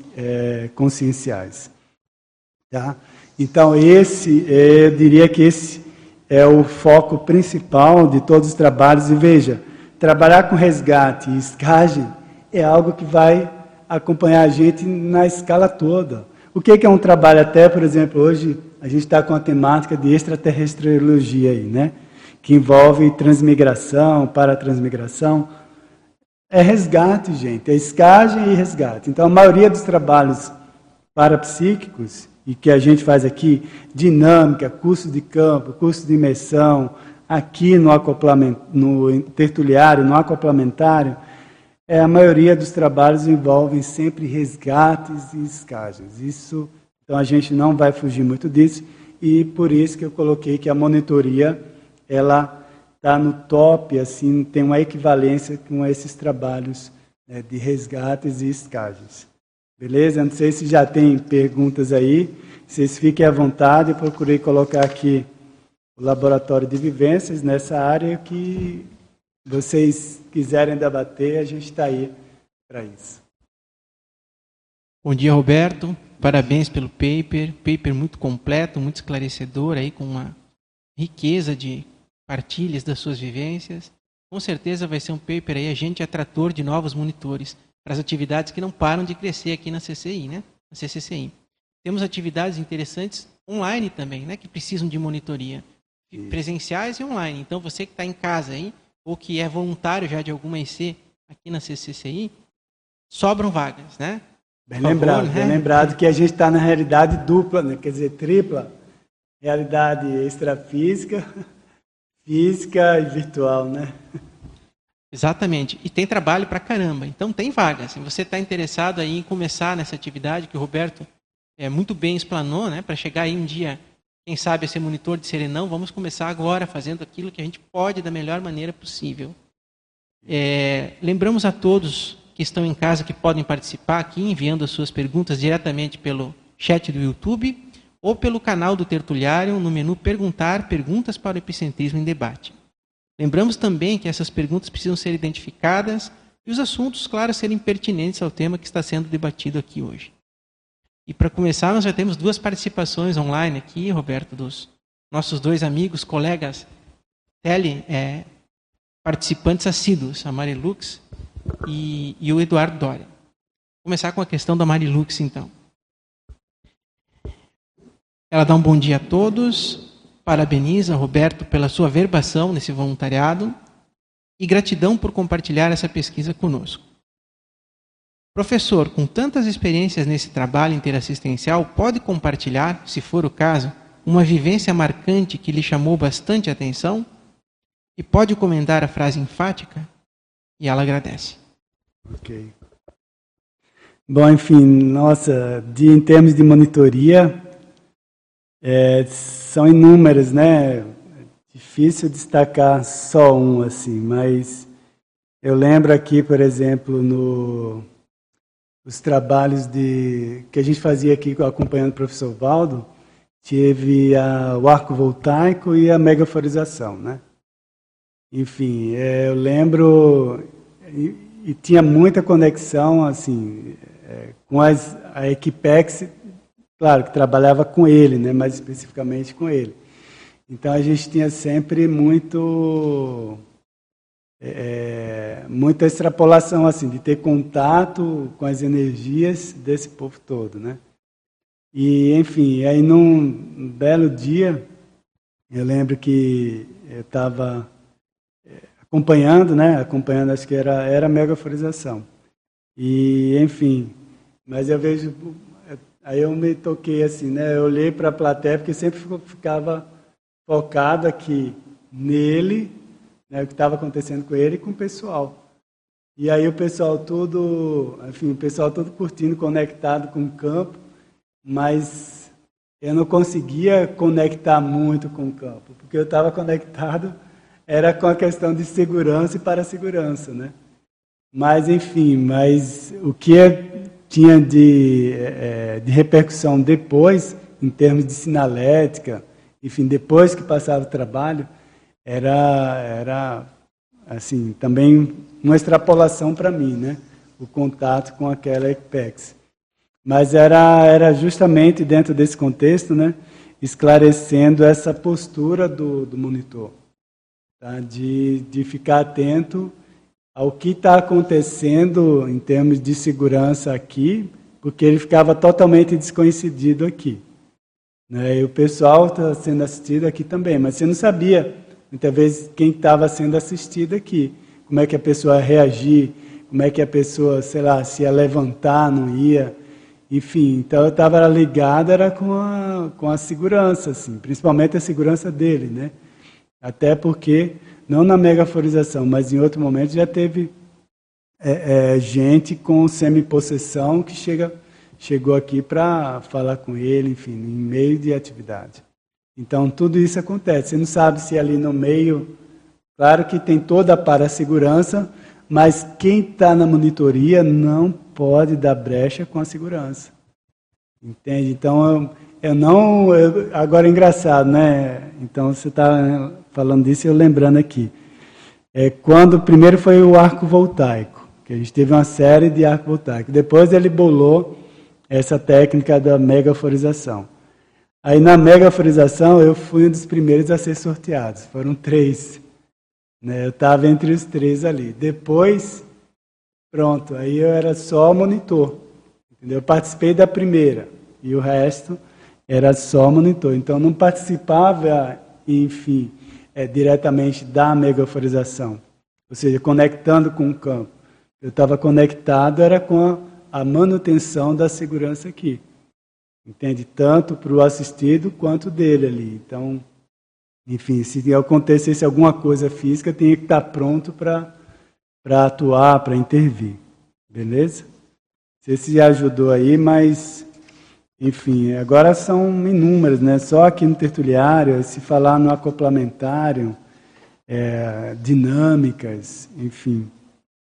é, conscienciais. Tá? Então, esse, eu diria que esse é o foco principal de todos os trabalhos. E veja, trabalhar com resgate e escagem é algo que vai acompanhar a gente na escala toda. O que é um trabalho até, por exemplo, hoje a gente está com a temática de extraterrestriologia aí, né? Que envolve transmigração, paratransmigração. É resgate, gente, é escagem e resgate. Então, a maioria dos trabalhos parapsíquicos, e que a gente faz aqui, dinâmica, curso de campo, curso de imersão, aqui no acoplamento, no tertuliário, no acoplamentário, é, a maioria dos trabalhos envolvem sempre resgates e escagens. Isso, então, a gente não vai fugir muito disso, e por isso que eu coloquei que a monitoria, ela está no top, assim, tem uma equivalência com esses trabalhos, né, de resgates e escagens. Beleza? Não sei se já tem perguntas aí. Vocês fiquem à vontade. Eu procurei colocar aqui o laboratório de vivências nessa área que vocês quiserem debater, a gente está aí para isso. Bom dia, Roberto. Parabéns pelo paper. Paper muito completo, muito esclarecedor, aí, com uma riqueza de partilhas das suas vivências. Com certeza vai ser um paper aí, agente atrator de novos monitores para as atividades que não param de crescer aqui na C C I, né? Na C C C I. Temos atividades interessantes online também, né? Que precisam de monitoria, presenciais e online. Então, você que está em casa aí, ou que é voluntário já de alguma I C aqui na C C C I, sobram vagas, né? Bem lembrado, né? Bem lembrado que a gente está na realidade dupla, né? Quer dizer, tripla. Realidade extrafísica, física e virtual, né? Exatamente. E tem trabalho pra caramba. Então tem vagas. Se você está interessado aí em começar nessa atividade que o Roberto é, muito bem explanou, né? Para chegar aí um dia, quem sabe, a ser monitor de serenão, vamos começar agora fazendo aquilo que a gente pode da melhor maneira possível. É, lembramos a todos que estão em casa que podem participar aqui, enviando as suas perguntas diretamente pelo chat do YouTube ou pelo canal do Tertuliário no menu Perguntar, Perguntas para o Epicentrismo em Debate. Lembramos também que essas perguntas precisam ser identificadas e os assuntos, claro, serem pertinentes ao tema que está sendo debatido aqui hoje. E para começar, nós já temos duas participações online aqui, Roberto, dos nossos dois amigos, colegas, tele, é, participantes assíduos, a Marilux e, e o Eduardo Doria. Vou começar com a questão da Marilux, então. Ela dá um bom dia a todos. Parabeniza Roberto pela sua verbação nesse voluntariado e gratidão por compartilhar essa pesquisa conosco. Professor, com tantas experiências nesse trabalho interassistencial, pode compartilhar, se for o caso, uma vivência marcante que lhe chamou bastante atenção? e pode comentar a frase enfática? E ela agradece. Ok. Bom, enfim, nossa, de, em termos de monitoria, é, são inúmeras, né? Difícil destacar só um, assim, mas eu lembro aqui, por exemplo, no, os trabalhos de, que a gente fazia aqui acompanhando o professor Valdo, teve a, o arco voltaico e a megaforização, né? Enfim, é, eu lembro, e, e tinha muita conexão, assim, é, com as, a Equipex, claro, que trabalhava com ele, né, mais especificamente com ele. Então, a gente tinha sempre muito, é, muita extrapolação, assim, de ter contato com as energias desse povo todo, né? E, enfim, aí num belo dia, eu lembro que eu estava acompanhando, né, acompanhando, acho que era, era megaforização. E, enfim, mas eu vejo, aí eu me toquei assim, né, eu olhei para a plateia, porque sempre ficava focado aqui nele, né, o que estava acontecendo com ele e com o pessoal. E aí o pessoal todo, enfim, o pessoal todo curtindo, conectado com o campo, mas eu não conseguia conectar muito com o campo, porque eu estava conectado era com a questão de segurança e parasegurança, né? Mas, enfim, mas o que tinha de, é, de repercussão depois, em termos de sinalética, enfim, depois que passava o trabalho, era, era assim, também uma extrapolação para mim, né? O contato com aquela Equipex. Mas era, era justamente dentro desse contexto, né? Esclarecendo essa postura do, do monitor. Tá? De, de ficar atento ao que está acontecendo em termos de segurança aqui, porque ele ficava totalmente desconhecido aqui. Né? E o pessoal está sendo assistido aqui também, mas você não sabia, muitas vezes, quem estava sendo assistido aqui. Como é que a pessoa ia reagir, como é que a pessoa, sei lá, se ia levantar, não ia. Enfim, então eu estava ligado era com a, com a segurança, assim, principalmente a segurança dele, né? Até porque, não na megaforização, mas em outro momento já teve é, é, gente com semi-possessão que chega, chegou aqui para falar com ele, enfim, em meio de atividade. Então, tudo isso acontece. Você não sabe se ali no meio, claro que tem toda a parasegurança, mas quem está na monitoria não pode dar brecha com a segurança. Entende? Então, eu, eu não... Eu, agora é engraçado, né? Então, você está falando disso e eu lembrando aqui. É, quando primeiro foi o arco voltaico, que a gente teve uma série de arco voltaico. Depois ele bolou essa técnica da megaforização. Aí na megaforização eu fui um dos primeiros a ser sorteados. Foram três. Né? Eu estava entre os três ali. Depois, pronto, aí eu era só monitor. Entendeu? Eu participei da primeira e o resto era só monitor. Então não participava, enfim, é, diretamente da megaforização. Ou seja, conectando com o campo. Eu estava conectado era com a, a manutenção da segurança aqui. Entende? Tanto para o assistido quanto dele ali. Então, enfim, se acontecesse alguma coisa física, tinha que estar pronto para para atuar, para intervir. Beleza? Não sei se já ajudou aí, mas, enfim, agora são inúmeras, né? Só aqui no tertuliário, se falar no acoplamentário, é, dinâmicas, enfim.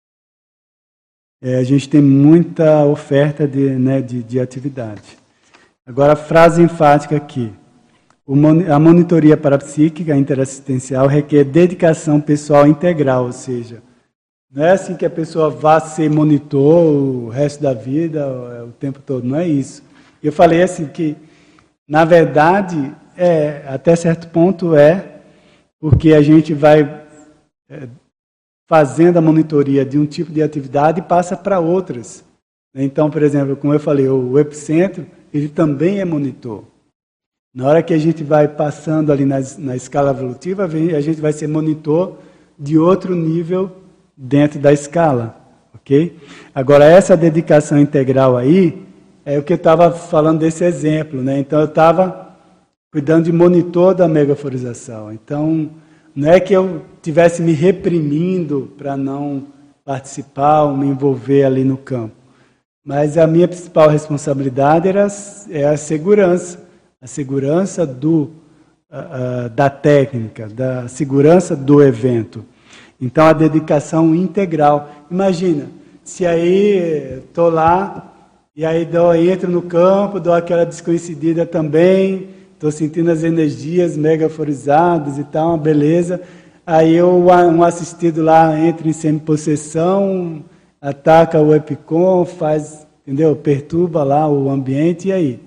É, a gente tem muita oferta de, né, de, de atividade. Agora, a frase enfática aqui. A monitoria parapsíquica interassistencial requer dedicação pessoal integral, ou seja, não é assim que a pessoa vá ser monitor o resto da vida, o tempo todo, não é isso. Eu falei assim que, na verdade, é, até certo ponto é, porque a gente vai é, fazendo a monitoria de um tipo de atividade e passa para outras. Então, por exemplo, como eu falei, o epicentro, ele também é monitor. Na hora que a gente vai passando ali na, na escala evolutiva, a gente vai ser monitor de outro nível dentro da escala, ok? Agora, essa dedicação integral aí, é o que eu estava falando desse exemplo, né? Então, eu estava cuidando de monitor da megaforização. Então, não é que eu tivesse me reprimindo para não participar ou me envolver ali no campo. Mas a minha principal responsabilidade era é a segurança, a segurança do, uh, uh, da técnica, da segurança do evento. Então, a dedicação integral. Imagina, se aí estou lá, e aí dou, entro no campo, dou aquela descoincidida também, estou sentindo as energias megaforizadas e tal, uma beleza. Aí eu, um assistido lá entra em semi-possessão, ataca o Epicom, faz, entendeu? Perturba lá o ambiente, e aí?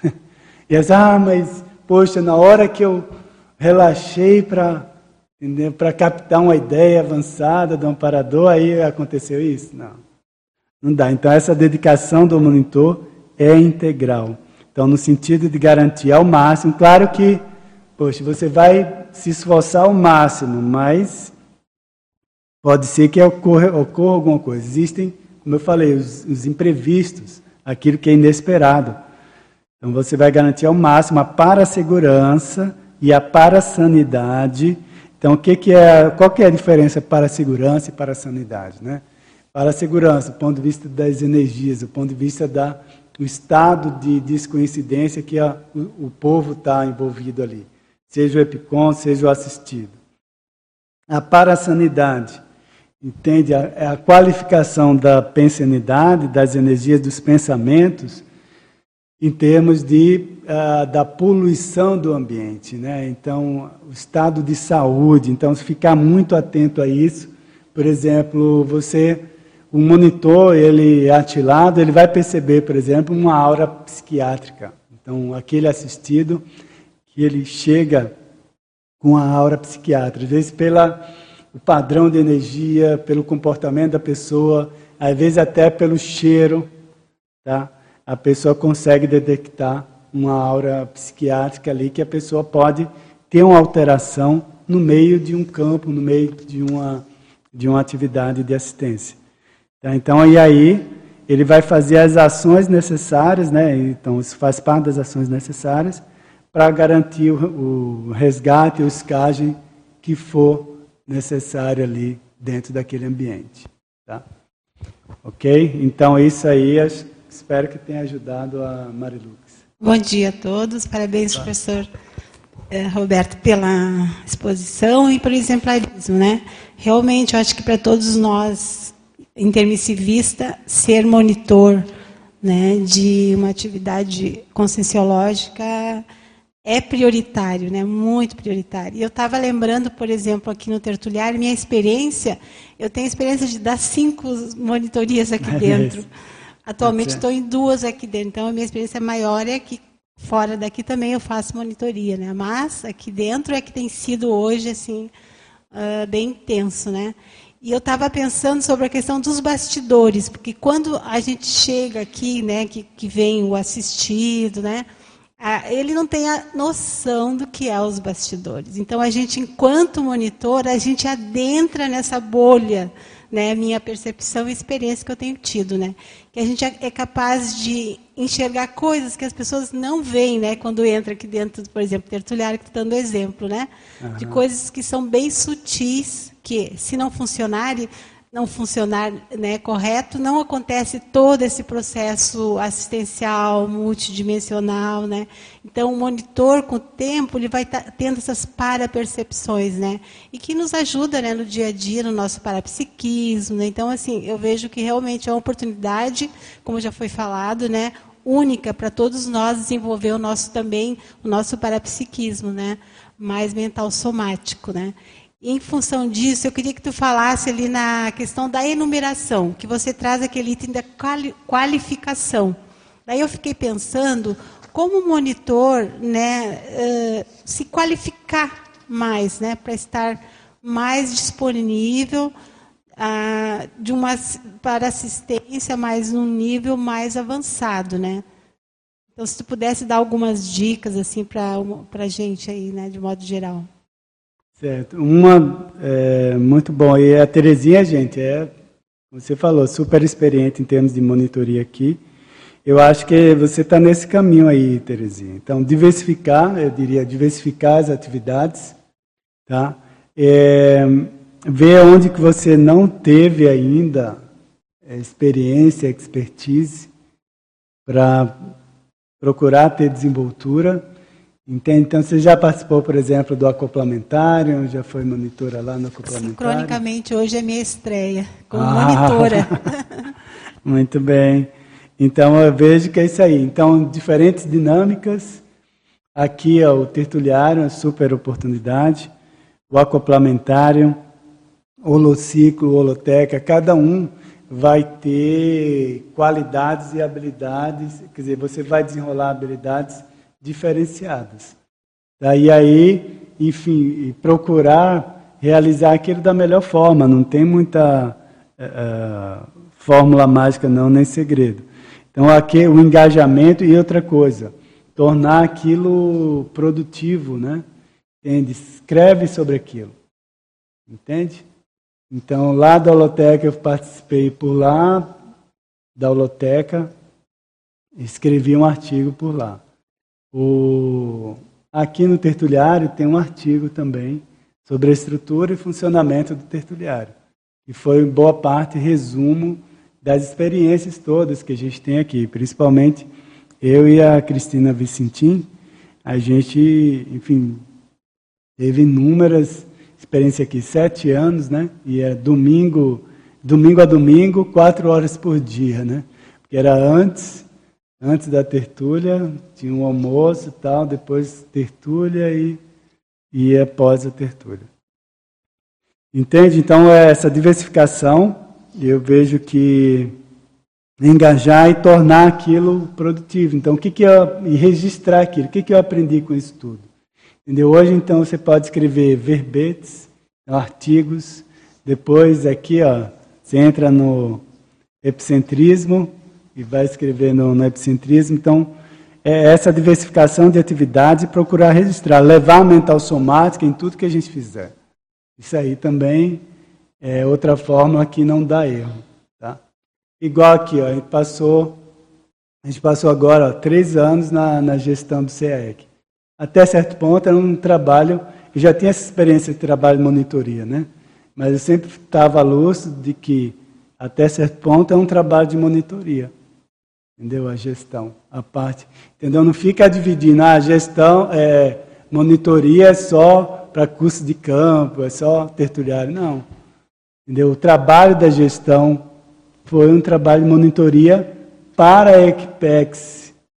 E as, ah, mas, poxa, na hora que eu relaxei para para captar uma ideia avançada do amparador, aí aconteceu isso? Não, não dá. Então, essa dedicação do monitor é integral. Então, no sentido de garantir ao máximo, claro que, poxa, você vai se esforçar ao máximo, mas pode ser que ocorra, ocorra alguma coisa. Existem, como eu falei, os, os imprevistos, aquilo que é inesperado. Então, você vai garantir ao máximo a parasegurança e a parasanidade. Então, o que que é, qual que é a diferença para a segurança e para a sanidade, né? Para a segurança, do ponto de vista das energias, do ponto de vista da, do estado de descoincidência que a, o, o povo está envolvido ali, seja o Epicom, seja o assistido. A parasanidade, entende? É a, a qualificação da pensanidade, das energias dos pensamentos, em termos de, uh, da poluição do ambiente, né? Então, o estado de saúde. Então, se ficar muito atento a isso, por exemplo, você, o monitor, ele é atilado, ele vai perceber, por exemplo, uma aura psiquiátrica. Então, aquele assistido, que ele chega com a aura psiquiátrica, às vezes pelo padrão de energia, pelo comportamento da pessoa, às vezes até pelo cheiro, tá? A pessoa consegue detectar uma aura psiquiátrica ali, que a pessoa pode ter uma alteração no meio de um campo, no meio de uma, de uma atividade de assistência. Tá? Então, e aí, ele vai fazer as ações necessárias, né? Então, isso faz parte das ações necessárias para garantir o, o resgate ou escagem que for necessário ali dentro daquele ambiente. Tá? Ok? Então, isso aí... As, Espero que tenha ajudado a Marilux. Bom dia a todos. Parabéns, tá, professor eh, Roberto, pela exposição e pelo exemplarismo, né? Realmente, eu acho que para todos nós, intermissivista, ser monitor, né, de uma atividade conscienciológica é prioritário, né? Muito prioritário. E eu estava lembrando, por exemplo, aqui no Tertuliário, minha experiência, eu tenho experiência de dar cinco monitorias aqui dentro. Atualmente estou em duas aqui dentro, então a minha experiência maior é que fora daqui também eu faço monitoria, né? Mas aqui dentro é que tem sido hoje assim uh, bem intenso, né? E eu estava pensando sobre a questão dos bastidores, porque quando a gente chega aqui, né, que, que vem o assistido, né, a, ele não tem a noção do que é os bastidores. Então a gente, enquanto monitor, a gente adentra nessa bolha, né, minha percepção e experiência que eu tenho tido, né, que a gente é capaz de enxergar coisas que as pessoas não veem, né, quando entra aqui dentro, por exemplo, Tertuliário, que está dando exemplo, né, uhum, de coisas que são bem sutis, que se não funcionar, não funcionar, né, correto, não acontece todo esse processo assistencial, multidimensional, né. Então, o monitor, com o tempo, ele vai tá tendo essas parapercepções, né, e que nos ajuda, né, no dia a dia, no nosso parapsiquismo, né. Então, assim, eu vejo que realmente é uma oportunidade, como já foi falado, né, única para todos nós desenvolver o nosso também, o nosso parapsiquismo, né, mais mental somático, né. Em função disso, eu queria que tu falasse ali na questão da enumeração, que você traz aquele item da quali qualificação. Daí eu fiquei pensando como o monitor, né, uh, se qualificar mais, né, para estar mais disponível uh, de uma, para assistência, mas num nível mais avançado, né? Então, se tu pudesse dar algumas dicas assim para para a gente aí, né, de modo geral. Certo. Uma, é, muito bom. E a Terezinha, gente, é, você falou, super experiente em termos de monitoria aqui. Eu acho que você está nesse caminho aí, Terezinha. Então, diversificar, eu diria, diversificar as atividades, tá? é, ver onde que você não teve ainda experiência, expertise, para procurar ter desenvoltura. Entende? Então, você já participou, por exemplo, do acoplamentário, já foi monitora lá no acoplamentário? Sincronicamente, hoje é minha estreia como ah, monitora. Muito bem. Então, eu vejo que é isso aí. Então, diferentes dinâmicas. Aqui, ó, o tertuliário, uma super oportunidade. O acoplamentário, holociclo, holoteca, cada um vai ter qualidades e habilidades, quer dizer, você vai desenrolar habilidades diferenciadas. Daí aí, enfim, procurar realizar aquilo da melhor forma, não tem muita uh, fórmula mágica não, nem segredo. Então aqui o engajamento e outra coisa, tornar aquilo produtivo, né? Entende? Escreve sobre aquilo. Entende? Então, lá da holoteca, eu participei por lá, da holoteca, escrevi um artigo por lá. O, aqui no tertuliário tem um artigo também sobre a estrutura e funcionamento do tertuliário, que foi, em boa parte, resumo das experiências todas que a gente tem aqui, principalmente eu e a Cristina Vicentim, a gente, enfim, teve inúmeras experiência aqui, sete anos, né? E é domingo, domingo a domingo, quatro horas por dia, né? Porque era antes, antes da tertúlia, tinha um almoço e tal, depois tertúlia e, e após a tertúlia. Entende? Então, essa diversificação, eu vejo que engajar e tornar aquilo produtivo. Então, o que que eu, e registrar aquilo, o que que eu aprendi com isso tudo? Entendeu? Hoje, então, você pode escrever verbetes, artigos, depois aqui, ó, você entra no epicentrismo e vai escrever no, no epicentrismo. Então, é essa diversificação de atividades e procurar registrar, levar a mental somática em tudo que a gente fizer. Isso aí também é outra fórmula que não dá erro. Tá? Igual aqui, ó, a gente passou, a gente passou agora ó, três anos na, na gestão do C A E C. Até certo ponto era um trabalho, eu já tinha essa experiência de trabalho de monitoria, né? Mas eu sempre estava lúcido de que, até certo ponto, é um trabalho de monitoria. Entendeu? A gestão, a parte. Entendeu? Não fica dividindo, ah, a gestão, é, monitoria é só para curso de campo, é só tertuliário. Não. Entendeu? O trabalho da gestão foi um trabalho de monitoria para a Equipex,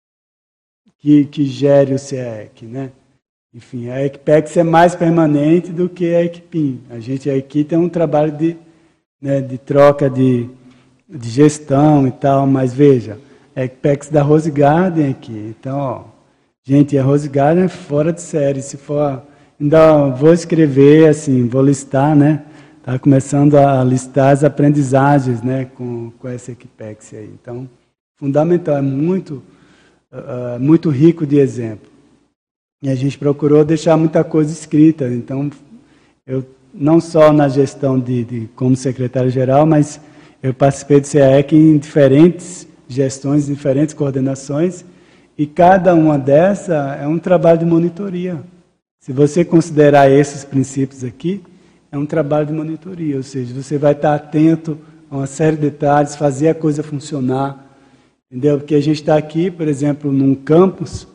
Que, que gere o C A E C, né? Enfim, a Equipex é mais permanente do que a Equipim. A gente aqui tem um trabalho de, né, de troca de, de gestão e tal, mas veja, a Equipex da Rose Garden aqui. Então, ó, gente, a Rose Garden é fora de série. Se for, ainda vou escrever, assim, vou listar, né? Tá começando a listar as aprendizagens, né, com, com essa Equipex aí. Então, fundamental, é muito Uh, muito rico de exemplo. E a gente procurou deixar muita coisa escrita. Então, eu não só na gestão de, de como secretário-geral, mas eu participei do C A E C em diferentes gestões, diferentes coordenações, e cada uma dessas é um trabalho de monitoria. Se você considerar esses princípios aqui, é um trabalho de monitoria, ou seja, você vai estar atento a uma série de detalhes, fazer a coisa funcionar. Entendeu? Porque a gente está aqui, por exemplo, num campus,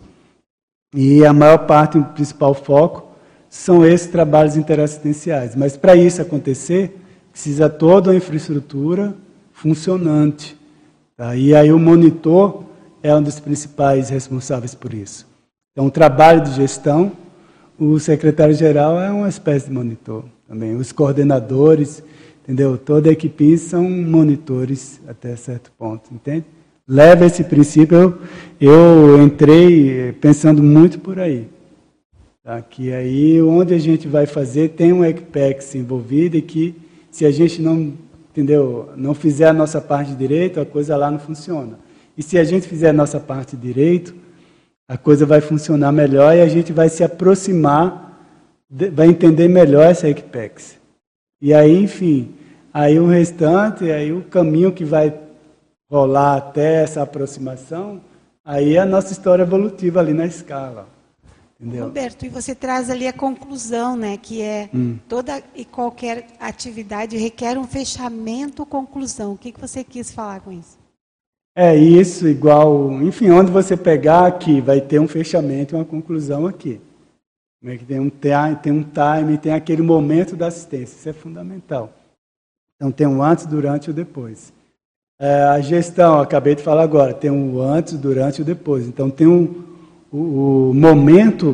e a maior parte, o principal foco, são esses trabalhos interassistenciais. Mas para isso acontecer, precisa toda uma infraestrutura funcionante. Tá? E aí o monitor é um dos principais responsáveis por isso. Então, o trabalho de gestão, o secretário-geral é uma espécie de monitor também. Os coordenadores, entendeu? Toda a equipe são monitores até certo ponto, entende? Leva esse princípio, eu, eu entrei pensando muito por aí. Tá? Que aí, onde a gente vai fazer, tem um Equipex envolvido e que, se a gente não, entendeu, não fizer a nossa parte direito, a coisa lá não funciona. E se a gente fizer a nossa parte direito, a coisa vai funcionar melhor e a gente vai se aproximar, vai entender melhor essa Equipex. E aí, enfim, aí o restante, aí o caminho que vai rolar até essa aproximação, aí é a nossa história evolutiva ali na escala. Entendeu? Roberto, e você traz ali a conclusão, né? Que é Hum. toda e qualquer atividade requer um fechamento, conclusão. O que, que você quis falar com isso? É isso, igual, enfim, onde você pegar aqui, vai ter um fechamento e uma conclusão aqui. Como é que tem um time, tem um time, tem aquele momento da assistência, isso é fundamental. Então tem um antes, durante e o depois. É, a gestão, eu acabei de falar agora, tem um antes, durante e o depois. Então tem um, o, o momento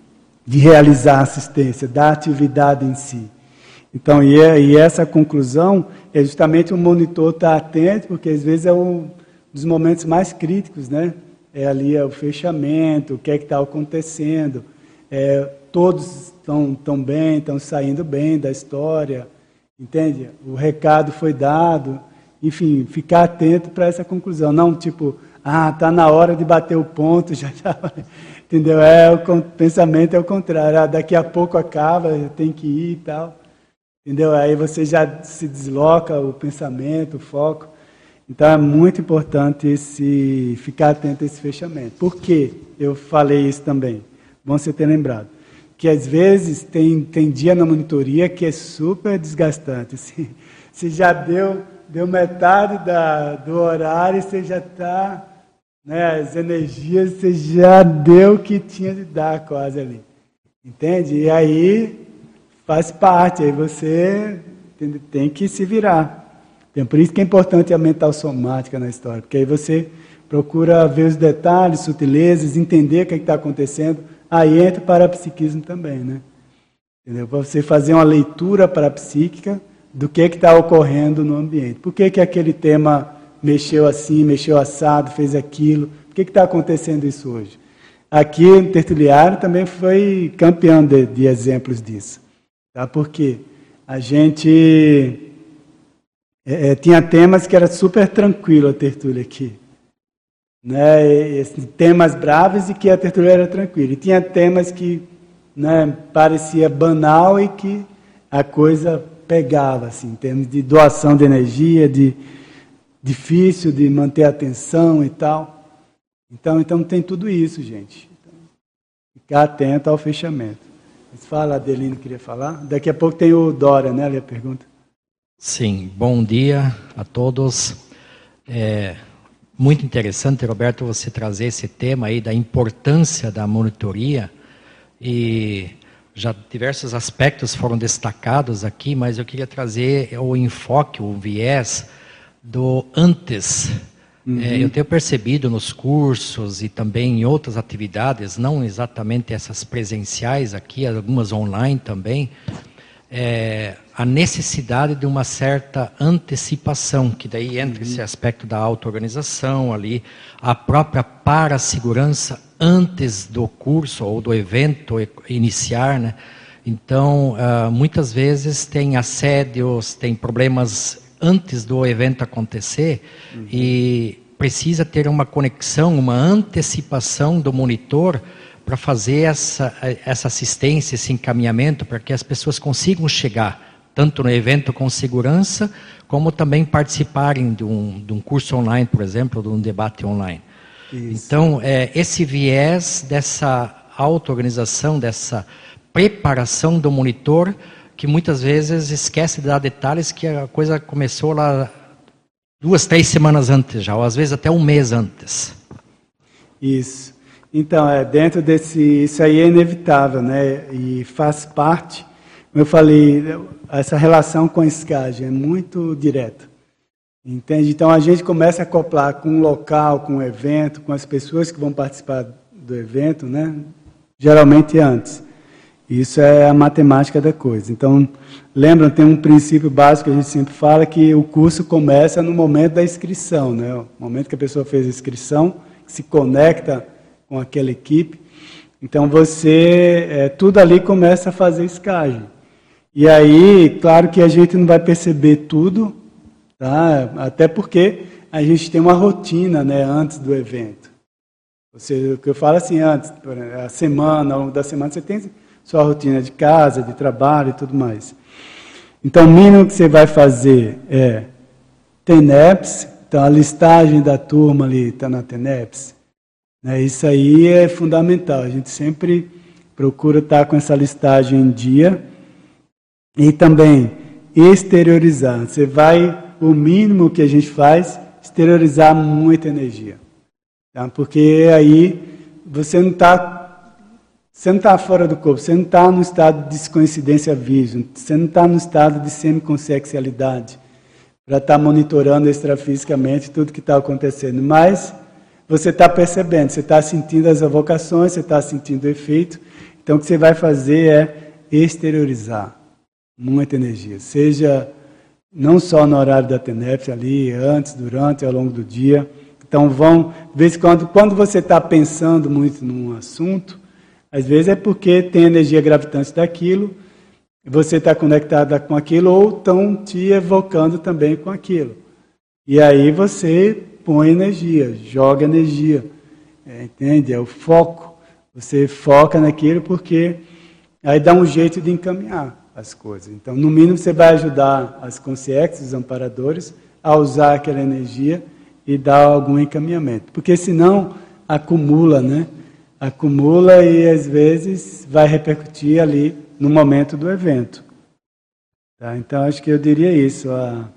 de realizar a assistência, da atividade em si. Então, e, é, e essa conclusão é justamente o monitor estar atento, porque às vezes é um dos momentos mais críticos, né? É ali é o fechamento, o que é que está acontecendo, é, todos estão tão bem, estão saindo bem da história, entende? O recado foi dado, enfim, ficar atento para essa conclusão, não tipo, ah, está na hora de bater o ponto, já está, entendeu? É, o pensamento é o contrário, ah, daqui a pouco acaba, tem que ir e tal, entendeu? Aí você já se desloca o pensamento, o foco. Então é muito importante esse, ficar atento a esse fechamento. Por que eu falei isso também? Bom você ter lembrado. Que às vezes tem, tem dia na monitoria que é super desgastante. Assim, você já deu, deu metade da, do horário, você já está, né, as energias, você já deu o que tinha de dar quase ali. Entende? E aí faz parte, aí você tem, tem que se virar. Então, por isso que é importante a mental somática na história, porque aí você procura ver os detalhes, sutilezas, entender o que está acontecendo, aí entra o parapsiquismo também, né? Entendeu? Para você fazer uma leitura parapsíquica do que está ocorrendo no ambiente. Por que, que aquele tema mexeu assim, mexeu assado, fez aquilo? Por que está acontecendo isso hoje? Aqui, no Tertuliário, também foi campeão de, de exemplos disso. Tá? Porque a gente... É, tinha temas que era super tranquilo a tertúlia aqui. Né? E, e, temas bravos e que a tertúlia era tranquila. E tinha temas que, né, parecia banal e que a coisa pegava, assim, em termos de doação de energia, de difícil de manter a atenção e tal. Então, então tem tudo isso, gente. Então, ficar atento ao fechamento. Mas fala, a Adelino queria falar. Daqui a pouco tem o Dória, né? Ali a pergunta. Sim, bom dia a todos. É muito interessante, Roberto, você trazer esse tema aí da importância da monitoria, e já diversos aspectos foram destacados aqui, mas eu queria trazer o enfoque, o viés do antes. Uhum. É, eu tenho percebido nos cursos e também em outras atividades, não exatamente essas presenciais aqui, algumas online também, É, a necessidade de uma certa antecipação, que daí entra uhum. esse aspecto da auto-organização ali, a própria parasegurança antes do curso ou do evento iniciar, né? Então, uh, muitas vezes tem assédios, tem problemas antes do evento acontecer, uhum. e precisa ter uma conexão, uma antecipação do monitor para fazer essa, essa assistência, esse encaminhamento, para que as pessoas consigam chegar, tanto no evento com segurança, como também participarem de um, de um curso online, por exemplo, de um debate online. Isso. Então, é, esse viés dessa auto-organização, dessa preparação do monitor, que muitas vezes esquece de dar detalhes que a coisa começou lá duas, três semanas antes já, ou às vezes até um mês antes. Isso. Então, é, dentro desse, isso aí é inevitável, né? E faz parte, como eu falei, essa relação com a escagem é muito direta. Entende? Então, a gente começa a acoplar com o local, com o evento, com as pessoas que vão participar do evento, né? Geralmente antes. Isso é a matemática da coisa. Então, lembram, tem um princípio básico que a gente sempre fala, que o curso começa no momento da inscrição, né? O momento que a pessoa fez a inscrição, se conecta com aquela equipe. Então, você, é, tudo ali começa a fazer escagem. E aí, claro que a gente não vai perceber tudo, tá? Até porque a gente tem uma rotina, né, antes do evento. Você, o que eu falo assim, antes, a semana, ao longo da semana, você tem sua rotina de casa, de trabalho e tudo mais. Então, o mínimo que você vai fazer é T N E P S, então a listagem da turma ali está na T N E P S. Né, isso aí é fundamental, a gente sempre procura estar com essa listagem em dia. E também exteriorizar. Você vai, o mínimo que a gente faz, exteriorizar muita energia. Tá? Porque aí você não está você não está fora do corpo, você não está no estado de descoincidência vision, você não está no estado de semiconsciencialidade para estar tá monitorando extrafisicamente tudo que está acontecendo. Mas você está percebendo, você está sentindo as evocações, você está sentindo o efeito. Então o que você vai fazer é exteriorizar muita energia, seja não só no horário da TENEPS, ali, antes, durante, ao longo do dia. Então vão, de vez em quando, quando você está pensando muito num assunto, às vezes é porque tem energia gravitante daquilo, você está conectada com aquilo, ou estão te evocando também com aquilo. E aí você põe energia, joga energia, é, entende? É o foco. Você foca naquilo porque aí dá um jeito de encaminhar as coisas. Então, no mínimo, você vai ajudar as consciências, os amparadores, a usar aquela energia e dar algum encaminhamento. Porque senão acumula, né? Acumula e às vezes vai repercutir ali no momento do evento. Tá? Então acho que eu diria isso, a,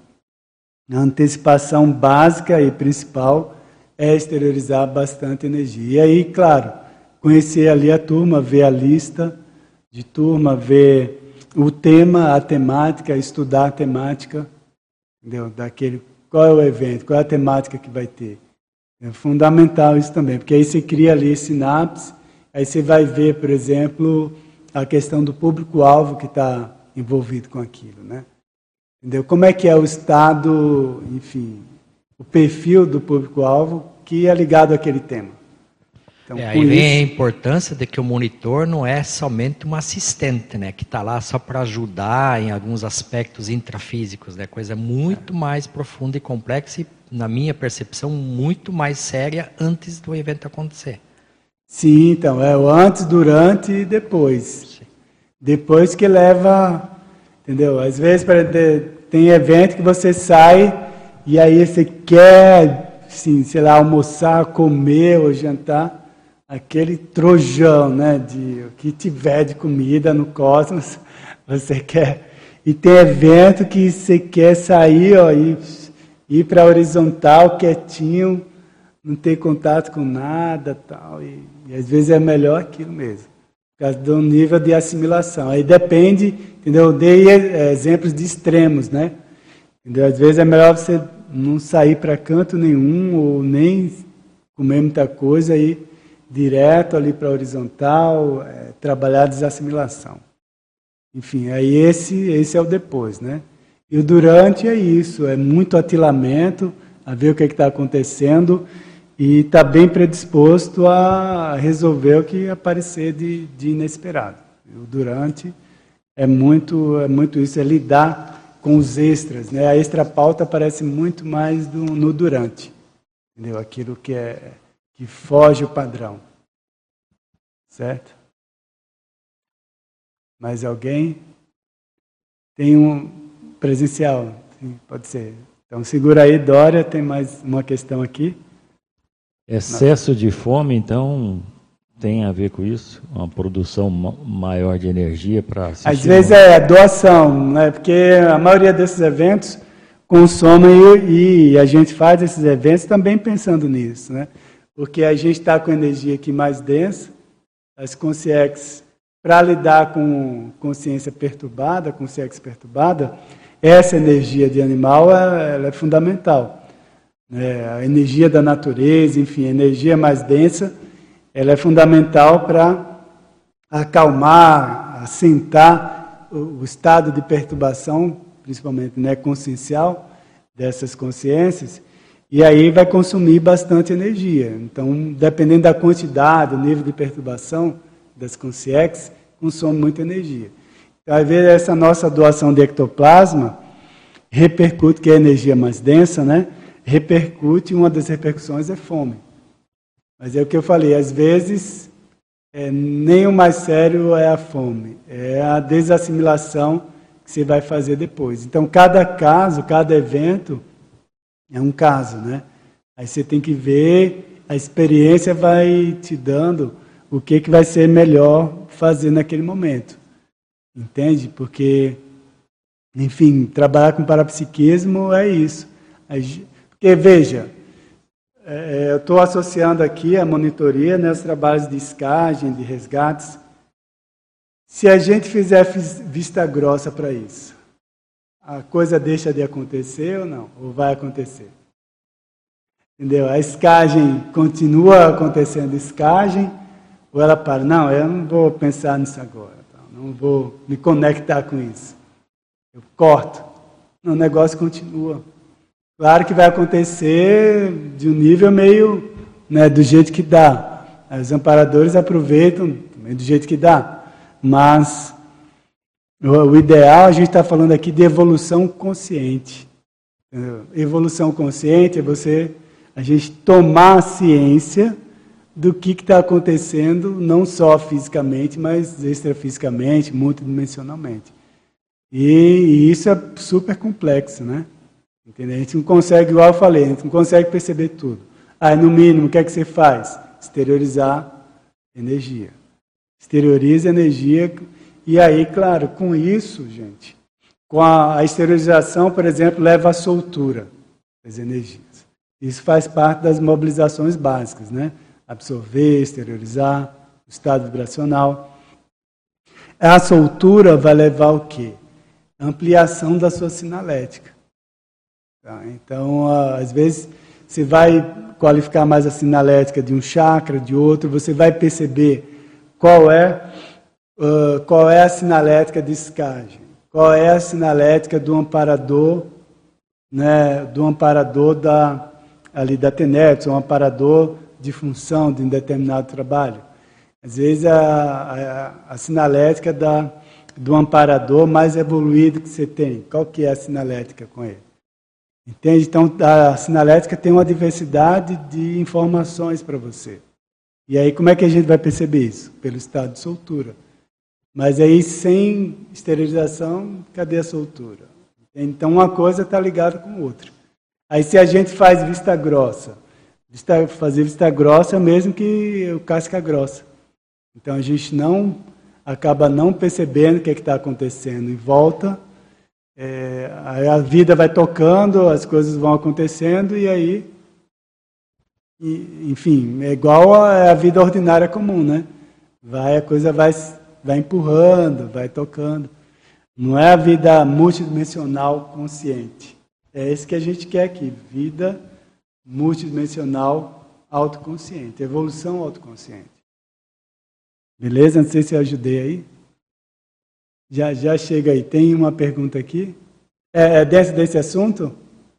a antecipação básica e principal é exteriorizar bastante energia. E aí, claro, conhecer ali a turma, ver a lista de turma, ver o tema, a temática, estudar a temática, entendeu? Daquele, qual é o evento, qual é a temática que vai ter. É fundamental isso também, porque aí você cria ali sinapse, aí você vai ver, por exemplo, a questão do público-alvo que está envolvido com aquilo, né? Entendeu? Como é que é o estado, enfim, o perfil do público-alvo que é ligado àquele tema. Então, é, aí vem isso... a importância de que o monitor não é somente um assistente, né, que está lá só para ajudar em alguns aspectos intrafísicos, né, coisa muito é. mais profunda e complexa e, na minha percepção, muito mais séria antes do evento acontecer. Sim, então, é o antes, durante e depois. Sim. Depois que leva, entendeu? Às vezes tem evento que você sai e aí você quer, assim, sei lá, almoçar, comer ou jantar, aquele trojão, né, de o que tiver de comida no cosmos, você quer. E tem evento que você quer sair, ó, e ir para a horizontal, quietinho, não ter contato com nada, tal, e, e às vezes é melhor aquilo mesmo, por causa do nível de assimilação. Aí depende, entendeu? Eu dei exemplos de extremos, né? Entendeu? Às vezes é melhor você não sair para canto nenhum, ou nem comer muita coisa, e ir direto ali para a horizontal, é, trabalhar a desassimilação. Enfim, aí esse, esse é o depois, né? E o durante é isso, é muito atilamento, a ver o que está acontecendo, e está bem predisposto a resolver o que aparecer de, de inesperado. O durante é muito, é muito isso, é lidar com os extras, né? A extra pauta aparece muito mais do, no durante, entendeu? Aquilo que, é, que foge o padrão. Certo? Mais alguém? Tem um presencial? Sim, pode ser. Então segura aí, Dória, tem mais uma questão aqui. Excesso de fome, então, tem a ver com isso? Uma produção maior de energia para assistir? Às vezes é doação, né? Porque a maioria desses eventos consome e, e a gente faz esses eventos também pensando nisso, né? Porque a gente está com energia aqui mais densa, as consciências, para lidar com consciência perturbada, consciência perturbada, essa energia de animal ela é fundamental. É, a energia da natureza, enfim, a energia mais densa, ela é fundamental para acalmar, assentar o, o estado de perturbação, principalmente, né, consciencial, dessas consciências, e aí vai consumir bastante energia. Então, dependendo da quantidade, do nível de perturbação das consciências, consome muita energia. Então, às vezes, essa nossa doação de ectoplasma repercute, que é a energia mais densa, né? Repercute, uma das repercussões é fome. Mas é o que eu falei, às vezes, é, nem o mais sério é a fome, é a desassimilação que você vai fazer depois. Então, cada caso, cada evento é um caso, né? Aí você tem que ver, a experiência vai te dando o que, que vai ser melhor fazer naquele momento. Entende? Porque, enfim, trabalhar com parapsiquismo é isso. Porque, veja, é, eu estou associando aqui a monitoria, né, os trabalhos de escagem, de resgates. Se a gente fizer vista grossa para isso, a coisa deixa de acontecer ou não? Ou vai acontecer? Entendeu? A escagem continua acontecendo, escagem, ou ela para? Não, eu não vou pensar nisso agora, não vou me conectar com isso. Eu corto. Não, o negócio continua. Claro que vai acontecer de um nível meio, né, do jeito que dá. Os amparadores aproveitam do jeito que dá. Mas o, o ideal, a gente está falando aqui de evolução consciente. Entendeu? Evolução consciente é você, a gente tomar a ciência do que está acontecendo, não só fisicamente, mas extrafisicamente, multidimensionalmente. E, e isso é super complexo, né? Entendeu? A gente não consegue, igual eu falei, a gente não consegue perceber tudo. Aí, no mínimo, o que é que você faz? Exteriorizar energia. Exterioriza energia. E aí, claro, com isso, gente, com a, a exteriorização, por exemplo, leva à soltura das energias. Isso faz parte das mobilizações básicas, né? Absorver, exteriorizar, o estado vibracional. A soltura vai levar o quê? Ampliação da sua sinalética. Tá? Então, às vezes, você vai qualificar mais a sinalética de um chakra, de outro, você vai perceber qual é, uh, qual é a sinalética de escagem, qual é a sinalética do amparador, né, do amparador da, ali da Tenetos, um amparador de função de um determinado trabalho. Às vezes, a, a, a sinalética da, do amparador mais evoluído que você tem, qual que é a sinalética com ele? Entende? Então, a sinalética tem uma diversidade de informações para você. E aí, como é que a gente vai perceber isso? Pelo estado de soltura. Mas aí, sem esterilização, cadê a soltura? Então, uma coisa está ligada com outra. Aí, se a gente faz vista grossa, vista, fazer vista grossa é mesmo que o casca grossa. Então, a gente não acaba não percebendo o que é está acontecendo em volta. É, a vida vai tocando, as coisas vão acontecendo e aí, e, enfim, é igual a, a vida ordinária comum, né? Vai, a coisa vai, vai empurrando, vai tocando. Não é a vida multidimensional consciente. É isso que a gente quer aqui, vida multidimensional autoconsciente, evolução autoconsciente. Beleza? Não sei se eu ajudei aí. Já, já chega aí. Tem uma pergunta aqui? É, é desse, desse assunto?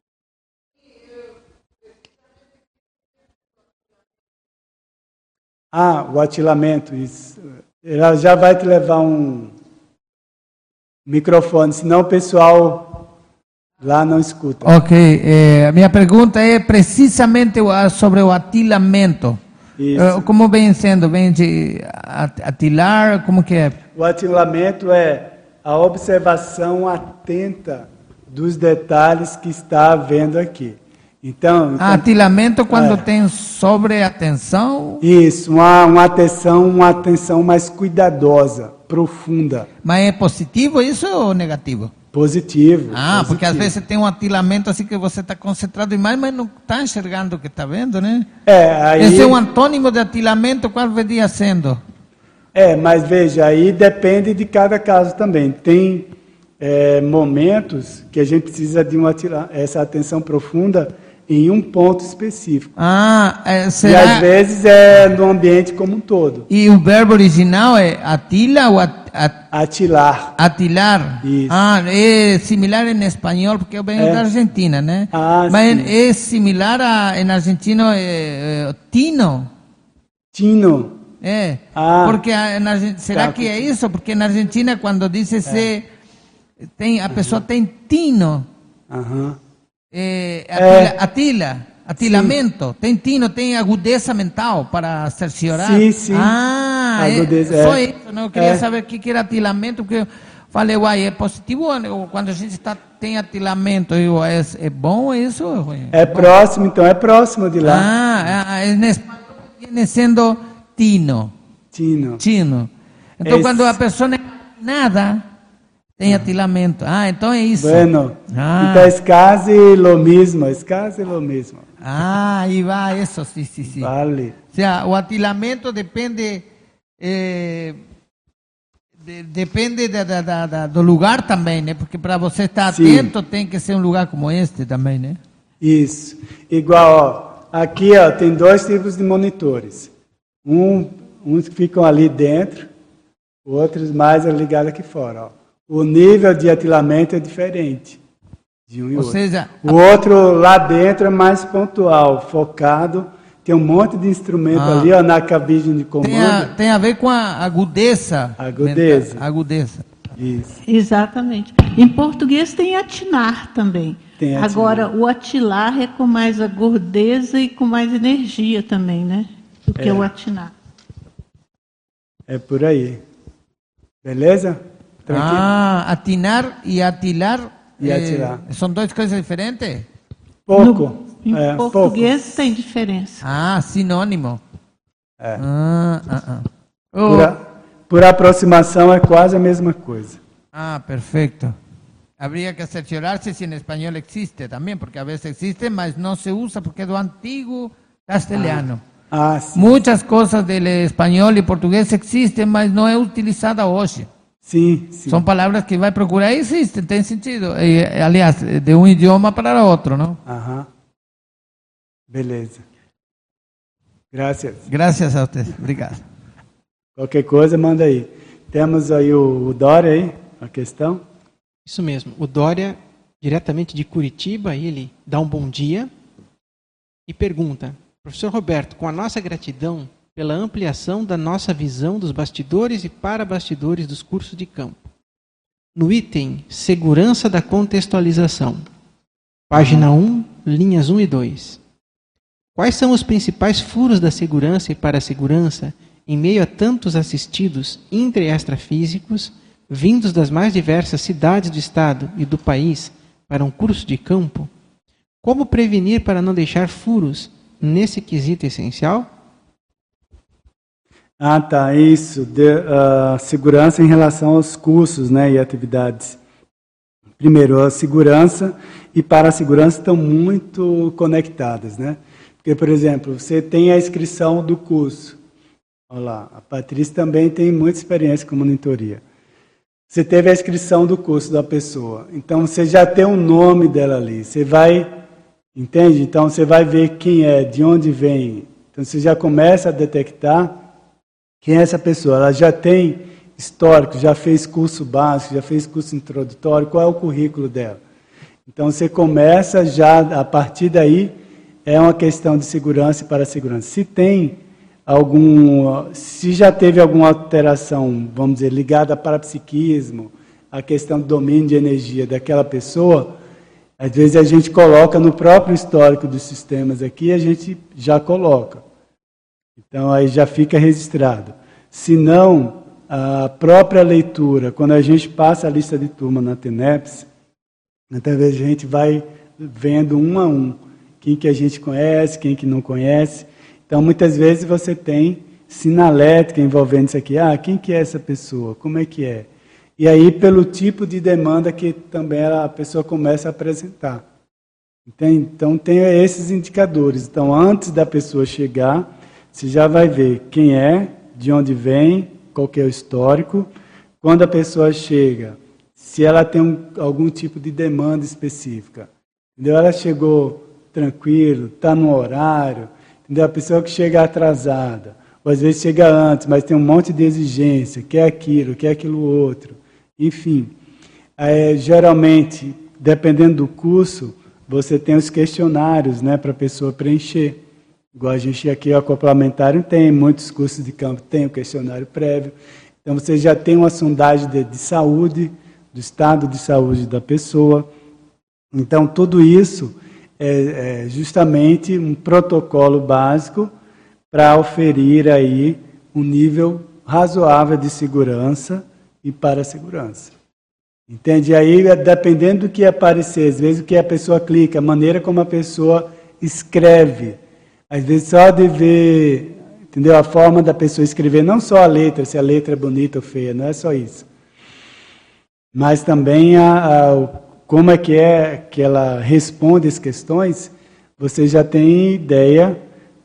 Ah, o atilamento. Isso. Ela já vai te levar um microfone, senão o pessoal lá não escuta. Ok. Eh, a minha pergunta é precisamente sobre o atilamento. Isso. Como vem sendo? Vem de atilar? Como que é? O atilamento é a observação atenta dos detalhes que está havendo aqui. Então, então atilamento quando é. tem sobreatenção? Isso, uma, uma atenção, uma atenção mais cuidadosa, profunda. Mas é positivo isso ou negativo? Positivo. Ah, positivo. Porque às vezes tem um atilamento assim que você está concentrado demais, mas não está enxergando o que está vendo, né? É, aí... Esse é um antônimo de atilamento, qual veria sendo? É, mas veja, aí depende de cada caso também. Tem é, momentos que a gente precisa de uma, essa atenção profunda em um ponto específico. Ah, é, será... E às vezes é no ambiente como um todo. E o verbo original é atila ou at, at, atilar? Atilar. Isso. Ah, é similar em espanhol, porque eu venho é. da Argentina, né? Ah, Mas sim. é similar a, em argentino, é, é, tino. Tino. É, ah, porque na, será tá, que é isso? Porque na Argentina quando diz é. se tem a pessoa uhum. tem tino, uhum. é, atila, é. atila, atilamento, sim. tem tino, tem agudeza mental para cerciorar. Sim, sim. Ah, agudeza, é, só é. isso. Não eu queria é. saber o que era atilamento, porque eu falei, uai, é positivo ou quando a gente está tem atilamento, eu, é, é bom isso? É, é bom? Próximo, então é próximo de lá. Ah, é, é, é sendo tino. Tino. Tino. Então, Es... quando a pessoa não é nada, tem atilamento. Ah, então é isso. Bueno, ah. então é quase lo mismo, é quase lo mismo. Ah, aí vai, isso, sim, sim, sim. Vale. Ou seja, o atilamento depende, eh, de, depende da, da, da, da, do lugar também, né? Porque para você estar sim. atento, tem que ser um lugar como este também, né? Isso. Igual, ó, aqui ó, tem dois tipos de monitores. Um, uns que ficam ali dentro, outros mais ligados aqui fora, ó. O nível de atilamento é diferente de um e Ou outro. seja, o outro lá dentro é mais pontual, focado. Tem um monte de instrumento ah. ali ó, na cabine de comando. Tem a, tem a ver com a agudeza. Agudeza. Agudeza. Isso. Exatamente. Em português tem atinar também. Tem atinar. Agora, o atilar é com mais agudeza e com mais energia também, né? Do que é. o atinar. É por aí. Beleza? Tranquilo. Ah, atinar e atilar, e atirar. Eh, são duas coisas diferentes? Pouco. No, em é, português pouco. tem diferença. Ah, sinônimo. É. Ah, ah, ah. Oh. Por, a, por aproximação é quase a mesma coisa. Ah, perfeito. Habría que cerciorarse si en español existe también, porque a veces existe, mas no se usa porque es do antiguo castelhano. Ah, ah, sim. Muchas cosas del español y portugués existen, mas não é utilizada hoje. Sim, sim. São palavras que vai procurar e existem, tem sentido. E, aliás, de um idioma para outro, não? Aham. Beleza. Graças. Graças a você. Obrigado. Qualquer coisa, manda aí. Temos aí o, o Dória aí, a questão. Isso mesmo. O Dória, diretamente de Curitiba, ele dá um bom dia e pergunta: professor Roberto, com a nossa gratidão pela ampliação da nossa visão dos bastidores e para-bastidores dos cursos de campo. No item Segurança da Contextualização, página um, linhas um e dois. Quais são os principais furos da segurança e para-segurança em meio a tantos assistidos intra- e extrafísicos vindos das mais diversas cidades do estado e do país para um curso de campo? Como prevenir para não deixar furos nesse quesito essencial? Ah, tá, isso. De, uh, segurança em relação aos cursos, né, e atividades. Primeiro, a segurança e para-segurança estão muito conectadas, né? Porque, por exemplo, você tem a inscrição do curso. Olha lá, a Patrícia também tem muita experiência com monitoria. Você teve a inscrição do curso da pessoa. Então, você já tem o nome dela ali. Você vai, entende? Então, você vai ver quem é, de onde vem. Então, você já começa a detectar quem é essa pessoa. Ela já tem histórico, já fez curso básico, já fez curso introdutório. Qual é o currículo dela? Então, você começa já, a partir daí, é uma questão de segurança e para-segurança. Se tem algum, se já teve alguma alteração, vamos dizer, ligada para psiquismo, a questão do domínio de energia daquela pessoa, às vezes a gente coloca no próprio histórico dos sistemas aqui, a gente já coloca. Então aí já fica registrado. Se não, a própria leitura, quando a gente passa a lista de turma na TENEPS, talvez a gente vai vendo um a um, quem que a gente conhece, quem que não conhece. Então, muitas vezes você tem sinalética envolvendo isso aqui. Ah, quem que é essa pessoa? Como é que é? E aí, pelo tipo de demanda que também a pessoa começa a apresentar. Entende? Então, tem esses indicadores. Então, antes da pessoa chegar, você já vai ver quem é, de onde vem, qual que é o histórico. Quando a pessoa chega, se ela tem um, algum tipo de demanda específica. Entendeu? Ela chegou tranquilo, está no horário. Entendeu? A pessoa que chega atrasada, ou às vezes chega antes, mas tem um monte de exigência, quer aquilo, quer aquilo outro. Enfim, é, geralmente, dependendo do curso, você tem os questionários, né, para a pessoa preencher. Igual a gente aqui, o complementário tem, muitos cursos de campo tem o questionário prévio. Então, você já tem uma sondagem de, de saúde, do estado de saúde da pessoa. Então, tudo isso é, é justamente um protocolo básico para oferir aí um nível razoável de segurança e para segurança. Entende? E aí, dependendo do que aparecer, às vezes o que a pessoa clica, a maneira como a pessoa escreve, às vezes só de ver, entendeu? A forma da pessoa escrever, não só a letra, se a letra é bonita ou feia, não é só isso. Mas também a, a, como é que é que ela responde as questões, você já tem ideia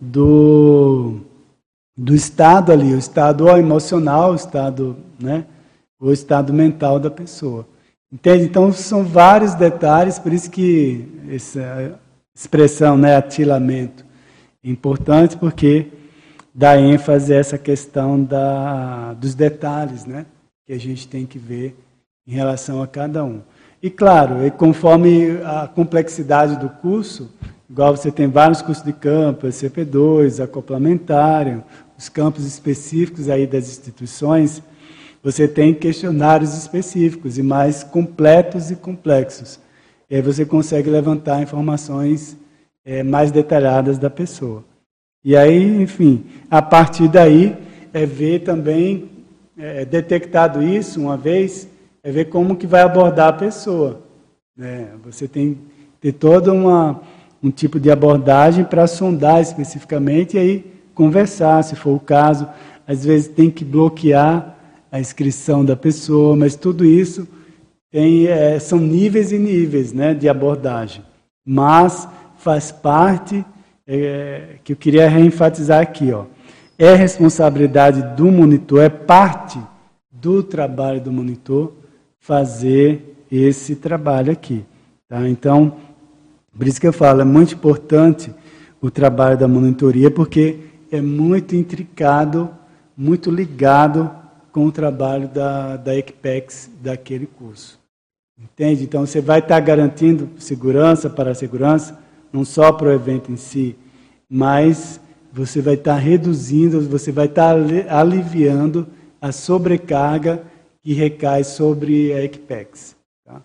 do, do estado ali, o estado emocional, o estado, né, o estado mental da pessoa. Entende? Então, são vários detalhes, por isso que essa expressão, né, atilamento, é importante, porque dá ênfase a essa questão da, dos detalhes, né, que a gente tem que ver em relação a cada um. E, claro, e conforme a complexidade do curso, igual você tem vários cursos de campo, C P dois, acoplamentário, os campos específicos aí das instituições, você tem questionários específicos e mais completos e complexos. E aí você consegue levantar informações é, mais detalhadas da pessoa. E aí, enfim, a partir daí, é ver também, é, detectado isso uma vez, é ver como que vai abordar a pessoa. Né? Você tem que ter todo uma, um tipo de abordagem para sondar especificamente e aí conversar, se for o caso. Às vezes tem que bloquear a inscrição da pessoa, mas tudo isso tem, é, são níveis e níveis, né, de abordagem. Mas faz parte, é, que eu queria reenfatizar aqui, ó, é responsabilidade do monitor, é parte do trabalho do monitor fazer esse trabalho aqui. Tá? Então, por isso que eu falo, é muito importante o trabalho da monitoria, porque é muito intricado, muito ligado com o trabalho da, da Equipex daquele curso. Entende? Então, você vai estar garantindo segurança para a segurança, não só para o evento em si, mas você vai estar reduzindo, você vai estar aliviando a sobrecarga que recai sobre a Equipex. Tá?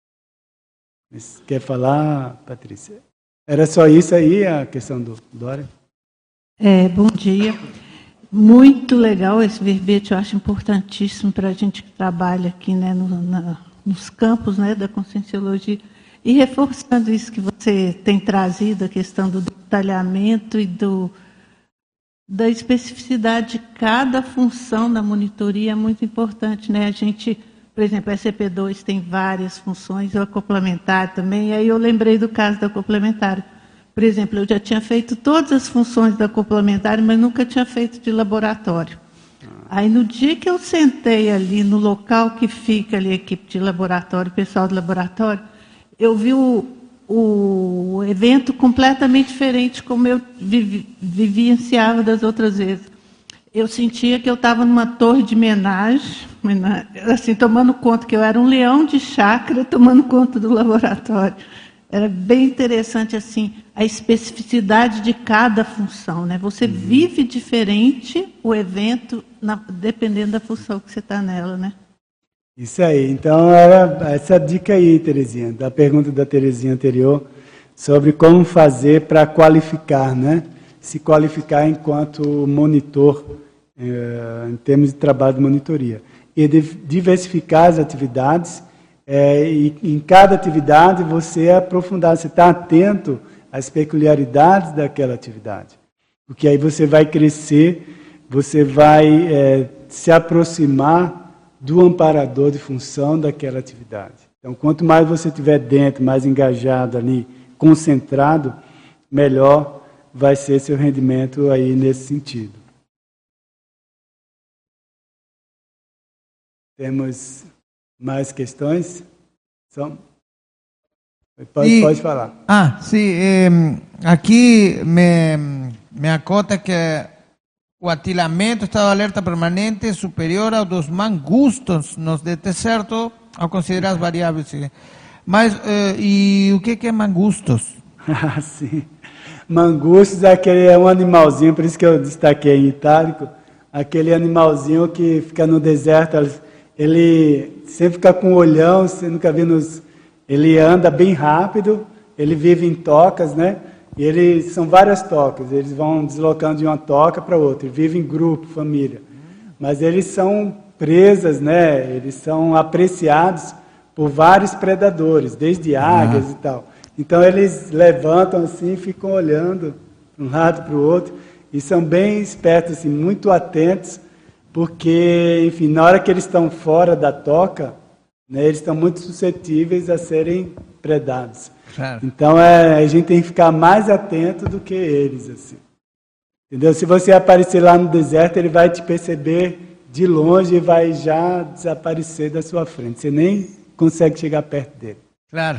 Quer falar, Patrícia? Era só isso aí, a questão do Dória? É, bom dia. Muito legal esse verbete, eu acho importantíssimo para a gente que trabalha aqui, né, no, na, nos campos, né, da conscienciologia. E reforçando isso que você tem trazido, a questão do detalhamento e do, da especificidade de cada função da monitoria é muito importante. Né? A gente, por exemplo, a C P dois tem várias funções, o complementar também, e aí eu lembrei do caso da complementar. Por exemplo, eu já tinha feito todas as funções da complementar, mas nunca tinha feito de laboratório. Aí, no dia que eu sentei ali, no local que fica ali a equipe de laboratório, o pessoal do laboratório, eu vi o, o evento completamente diferente como eu vivi, vivenciava das outras vezes. Eu sentia que eu estava numa torre de homenagem, assim, tomando conta que eu era um leão de chácara, tomando conta do laboratório. Era bem interessante, assim, a especificidade de cada função, né? Você uhum. vive diferente o evento, na, dependendo da função que você está nela, né? Isso aí. Então, era essa dica aí, Terezinha, da pergunta da Terezinha anterior, sobre como fazer para qualificar, né? Se qualificar enquanto monitor, eh, em termos de trabalho de monitoria. E diversificar as atividades. É, e em cada atividade você aprofundar, você está atento às peculiaridades daquela atividade. Porque aí você vai crescer, você vai é, se aproximar do amparador de função daquela atividade. Então, quanto mais você estiver dentro, mais engajado ali, concentrado, melhor vai ser seu rendimento aí nesse sentido. Temos mais questões? São? Pode, y, pode falar. Ah, sí. Eh, aqui me, me acota que o atilamento, estado de alerta permanente, superior ao dos mangustos nos dê certo ao considerar as variáveis. Mas, eh, e o que, que é mangustos? Ah, sim. Mangustos é, aquele, é um animalzinho, por isso que eu destaquei em itálico, aquele animalzinho que fica no deserto. Ele sempre fica com o olhão, você nunca viu nos... Ele anda bem rápido, ele vive em tocas, né? E eles são várias tocas, eles vão deslocando de uma toca para outra, ele vive em grupo, família. Mas eles são presas, né? Eles são apreciados por vários predadores, desde águias ah. e tal. Então eles levantam assim, ficam olhando de um lado para o outro, e são bem espertos, assim, muito atentos, porque, enfim, na hora que eles estão fora da toca, né, eles estão muito suscetíveis a serem predados. Claro. Então, é, a gente tem que ficar mais atento do que eles, assim. Entendeu? Se você aparecer lá no deserto, ele vai te perceber de longe e vai já desaparecer da sua frente. Você nem consegue chegar perto dele. Claro.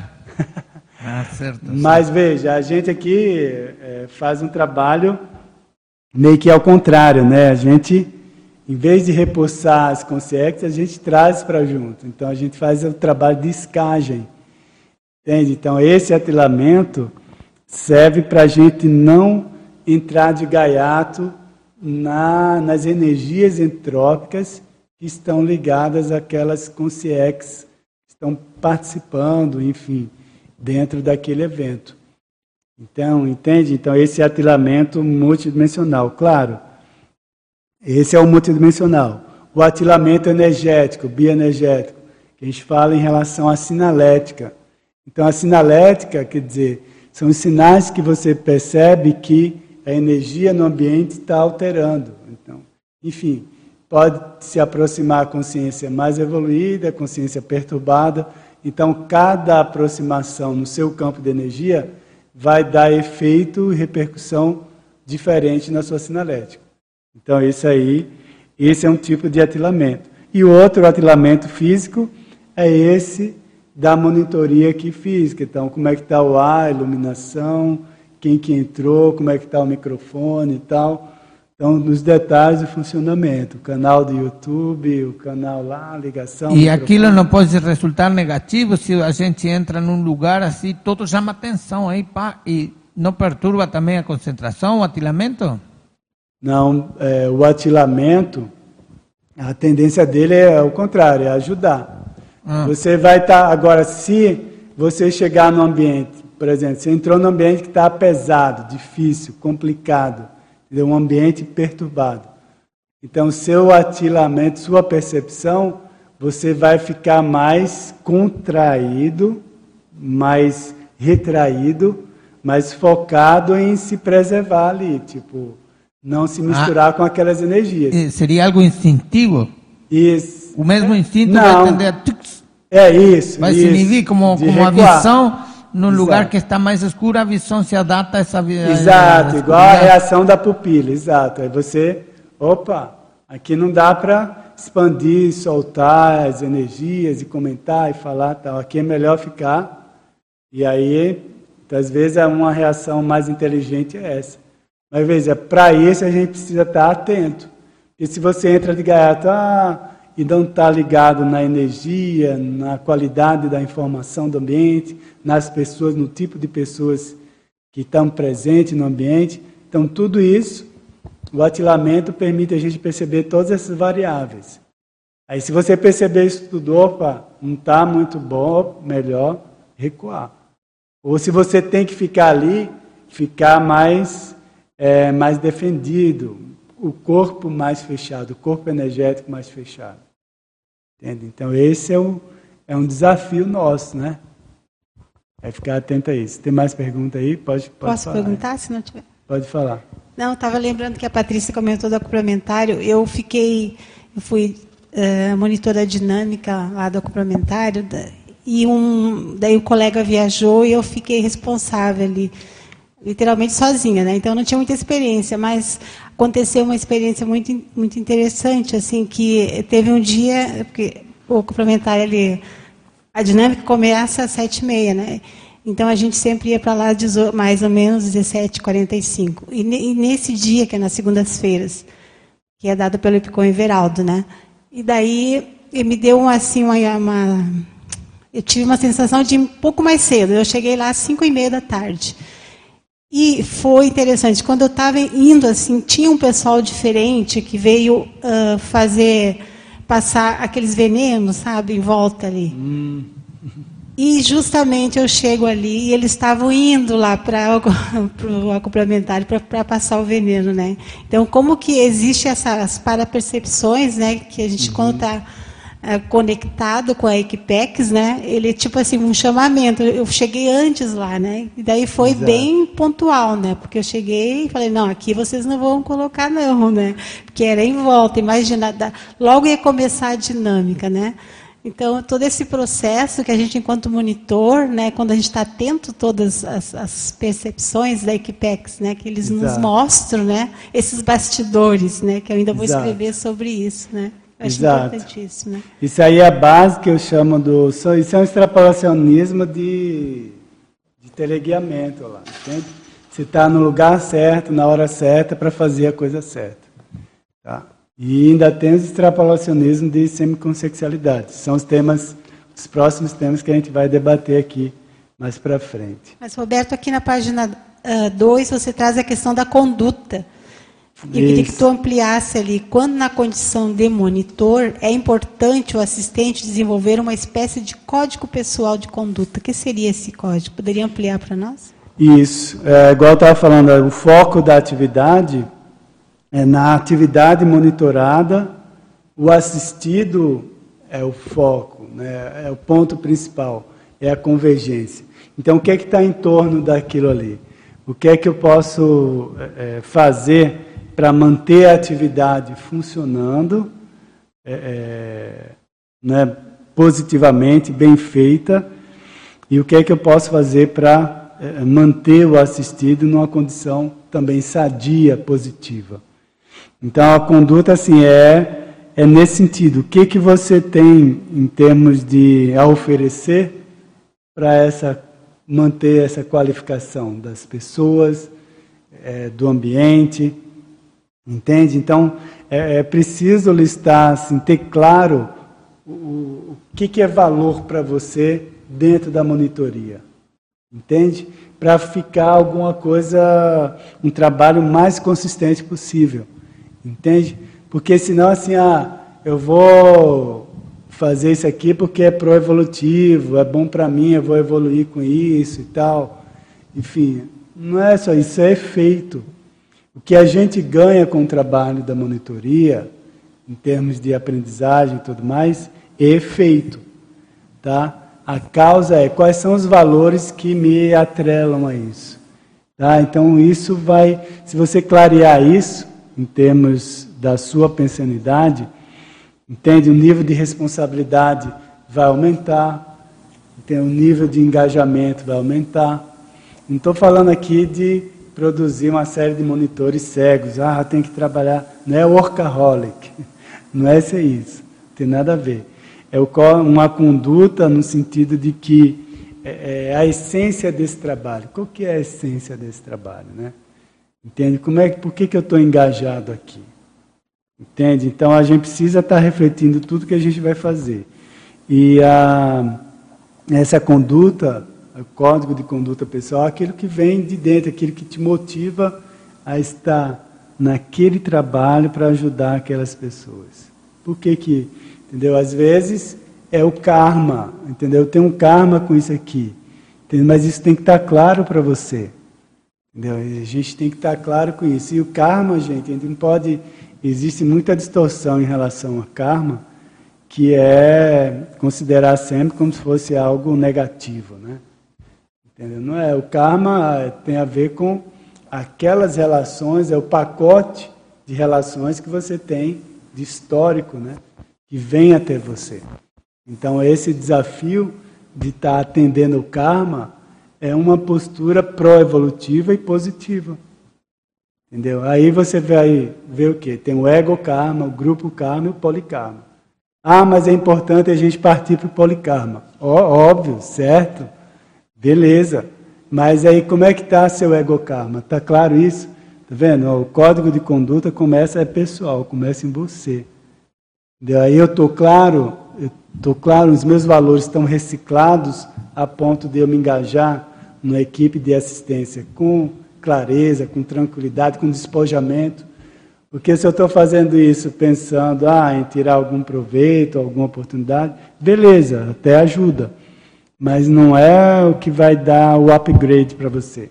Ah, certo. Mas veja, a gente aqui é, faz um trabalho meio que ao contrário, né? A gente, em vez de repousar as consciências, a gente traz para junto. Então, a gente faz o trabalho de escagem. Entende? Então, esse atilamento serve para a gente não entrar de gaiato na, nas energias entrópicas que estão ligadas àquelas consciências que estão participando, enfim, dentro daquele evento. Então, entende? Então, esse atilamento multidimensional. Claro, esse é o multidimensional. O atilamento energético, bioenergético, que a gente fala em relação à sinalética. Então, a sinalética, quer dizer, são os sinais que você percebe que a energia no ambiente está alterando. Então, enfim, pode se aproximar a consciência mais evoluída, a consciência perturbada. Então, cada aproximação no seu campo de energia vai dar efeito e repercussão diferente na sua sinalética. Então, esse aí, esse é um tipo de atilamento. E o outro atilamento físico é esse da monitoria aqui física. Então, como é que está o ar, a iluminação, quem que entrou, como é que está o microfone e tal. Então, nos detalhes do funcionamento, o canal do YouTube, o canal lá, a ligação... E aquilo não pode resultar negativo se a gente entra num lugar assim, todo chama atenção aí, pá, e não perturba também a concentração, o atilamento? Não, é, o atilamento, a tendência dele é o contrário, é ajudar. Ah. Você vai estar... Tá, agora, se você chegar no ambiente, por exemplo, você entrou num ambiente que está pesado, difícil, complicado, um ambiente perturbado. Então, seu atilamento, sua percepção, você vai ficar mais contraído, mais retraído, mais focado em se preservar ali, tipo, não se misturar ah, com aquelas energias. Seria algo instintivo? Isso. O mesmo instinto não. vai tender a... É isso. Vai isso, se inibir como, como a visão... No exato. Lugar que está mais escuro, a visão se adapta a essa visão. Exato, igual a reação da pupila, exato. Aí você, opa, aqui não dá para expandir, soltar as energias e comentar e falar tal. Aqui é melhor ficar. E aí, às vezes, uma reação mais inteligente é essa. Mas veja, para isso a gente precisa estar atento. Porque se você entra de gaiato, ah, e não está ligado na energia, na qualidade da informação do ambiente, nas pessoas, no tipo de pessoas que estão presentes no ambiente. Então, tudo isso, o atilamento permite a gente perceber todas essas variáveis. Aí, se você perceber isso tudo, opa, não está muito bom, melhor recuar. Ou se você tem que ficar ali, ficar mais, é, mais defendido, o corpo mais fechado, o corpo energético mais fechado. Entende? Então, esse é, o, é um desafio nosso, né? É ficar atento a isso. Tem mais pergunta aí? Pode, pode Posso falar. perguntar, se não tiver? Pode falar. Não, estava lembrando que a Patrícia comentou do complementário. Eu fiquei, eu fui uh, monitora dinâmica lá do complementário, da, e um, daí o colega viajou e eu fiquei responsável ali, literalmente sozinha, né? Então eu não tinha muita experiência, mas aconteceu uma experiência muito, muito interessante, assim, que teve um dia, porque o complementário ali, a dinâmica começa às sete e meia, né? Então a gente sempre ia para lá mais ou menos dezessete e quarenta e cinco. E, e nesse dia, que é nas segundas-feiras, que é dado pelo Epicom Everaldo, né? E daí ele me deu uma, assim, uma, uma... Eu tive uma sensação de um pouco mais cedo. Eu cheguei lá às cinco e meia da tarde. E foi interessante. Quando eu estava indo, assim, tinha um pessoal diferente que veio uh, fazer, passar aqueles venenos, sabe, em volta ali. Hum. E justamente eu chego ali e eles estavam indo lá para o complementário para passar o veneno, né? Então, como que existe essas parapercepções, né? Que a gente, uhum. quando está é, conectado com a Equipex, né? Ele é tipo assim, um chamamento. Eu cheguei antes lá, né? E daí foi Exato. Bem pontual, né? Porque eu cheguei e falei, não, aqui vocês não vão colocar não, né? Porque era em volta, imagina, logo ia começar a dinâmica, né? Então, todo esse processo que a gente, enquanto monitor, né, quando a gente está atento a todas as, as percepções da Equipex, né, que eles Exato. Nos mostram, né, esses bastidores, né, que eu ainda vou Exato. Escrever sobre isso, né. Eu acho Exato. Importantíssimo. Né? Isso aí é a base que eu chamo do... Isso é um extrapolacionismo de, de teleguiamento lá, entende? Você está no lugar certo, na hora certa, para fazer a coisa certa. Tá? E ainda tem os extrapolacionismos de semiconsexualidade. São os temas, os próximos temas que a gente vai debater aqui mais para frente. Mas, Roberto, aqui na página dois, uh, você traz a questão da conduta. Eu queria que tu ampliasse ali. Quando na condição de monitor, é importante o assistente desenvolver uma espécie de código pessoal de conduta. O que seria esse código? Poderia ampliar para nós? Isso. É, igual eu estava falando, o foco da atividade... É, na atividade monitorada, o assistido é o foco, né? É o ponto principal, é a convergência. Então, o que é que está em torno daquilo ali? O que é que eu posso é, fazer para manter a atividade funcionando é, né, positivamente, bem feita, e o que é que eu posso fazer para é, manter o assistido numa condição também sadia, positiva. Então, a conduta, assim, é, é nesse sentido. O que, que você tem em termos de a oferecer para essa, manter essa qualificação das pessoas, é, do ambiente, entende? Então, é, é preciso listar, assim, ter claro o, o que, que é valor para você dentro da monitoria, entende? Para ficar alguma coisa, um trabalho mais consistente possível. Entende? Porque senão, assim, ah, eu vou fazer isso aqui porque é pro-evolutivo, é bom para mim, eu vou evoluir com isso e tal. Enfim, não é só isso, é efeito. O que a gente ganha com o trabalho da monitoria, em termos de aprendizagem e tudo mais, é efeito. Tá? A causa é quais são os valores que me atrelam a isso. Tá? Então, isso vai, se você clarear isso, em termos da sua pensanidade, entende? O nível de responsabilidade vai aumentar, tem o nível de engajamento vai aumentar. Não estou falando aqui de produzir uma série de monitores cegos, ah, tem que trabalhar, não é workaholic, não é isso, não tem nada a ver. É uma conduta no sentido de que é a essência desse trabalho. Qual que é a essência desse trabalho, né? Entende? Como é, por que, que eu estou engajado aqui? Entende? Então, a gente precisa estar refletindo tudo que a gente vai fazer. E a, essa conduta, o código de conduta pessoal, é aquilo que vem de dentro, aquilo que te motiva a estar naquele trabalho para ajudar aquelas pessoas. Por que que, entendeu? Às vezes é o karma, entendeu? Eu tenho um karma com isso aqui, entendeu? Mas isso tem que estar claro para você. Entendeu? A gente tem que estar claro com isso. E o karma, gente, a gente não pode... Existe muita distorção em relação a karma, que é considerar sempre como se fosse algo negativo, né? Entendeu? Não é. O karma tem a ver com aquelas relações, é o pacote de relações que você tem de histórico, né? Que vem até você. Então, esse desafio de estar atendendo o karma é uma postura pró-evolutiva e positiva. Entendeu? Aí você vai ver o quê? Tem o ego-karma, o grupo-karma e o polikarma. Ah, mas é importante a gente partir para o polikarma. Ó, óbvio, certo? Beleza. Mas aí como é que está seu ego-karma? Está claro isso? Está vendo? O código de conduta começa, é pessoal, começa em você. Entendeu? Aí eu estou claro, eu estou claro, os meus valores estão reciclados a ponto de eu me engajar numa equipe de assistência com clareza, com tranquilidade, com despojamento. Porque se eu estou fazendo isso pensando ah, em tirar algum proveito, alguma oportunidade, beleza, até ajuda. Mas não é o que vai dar o upgrade para você.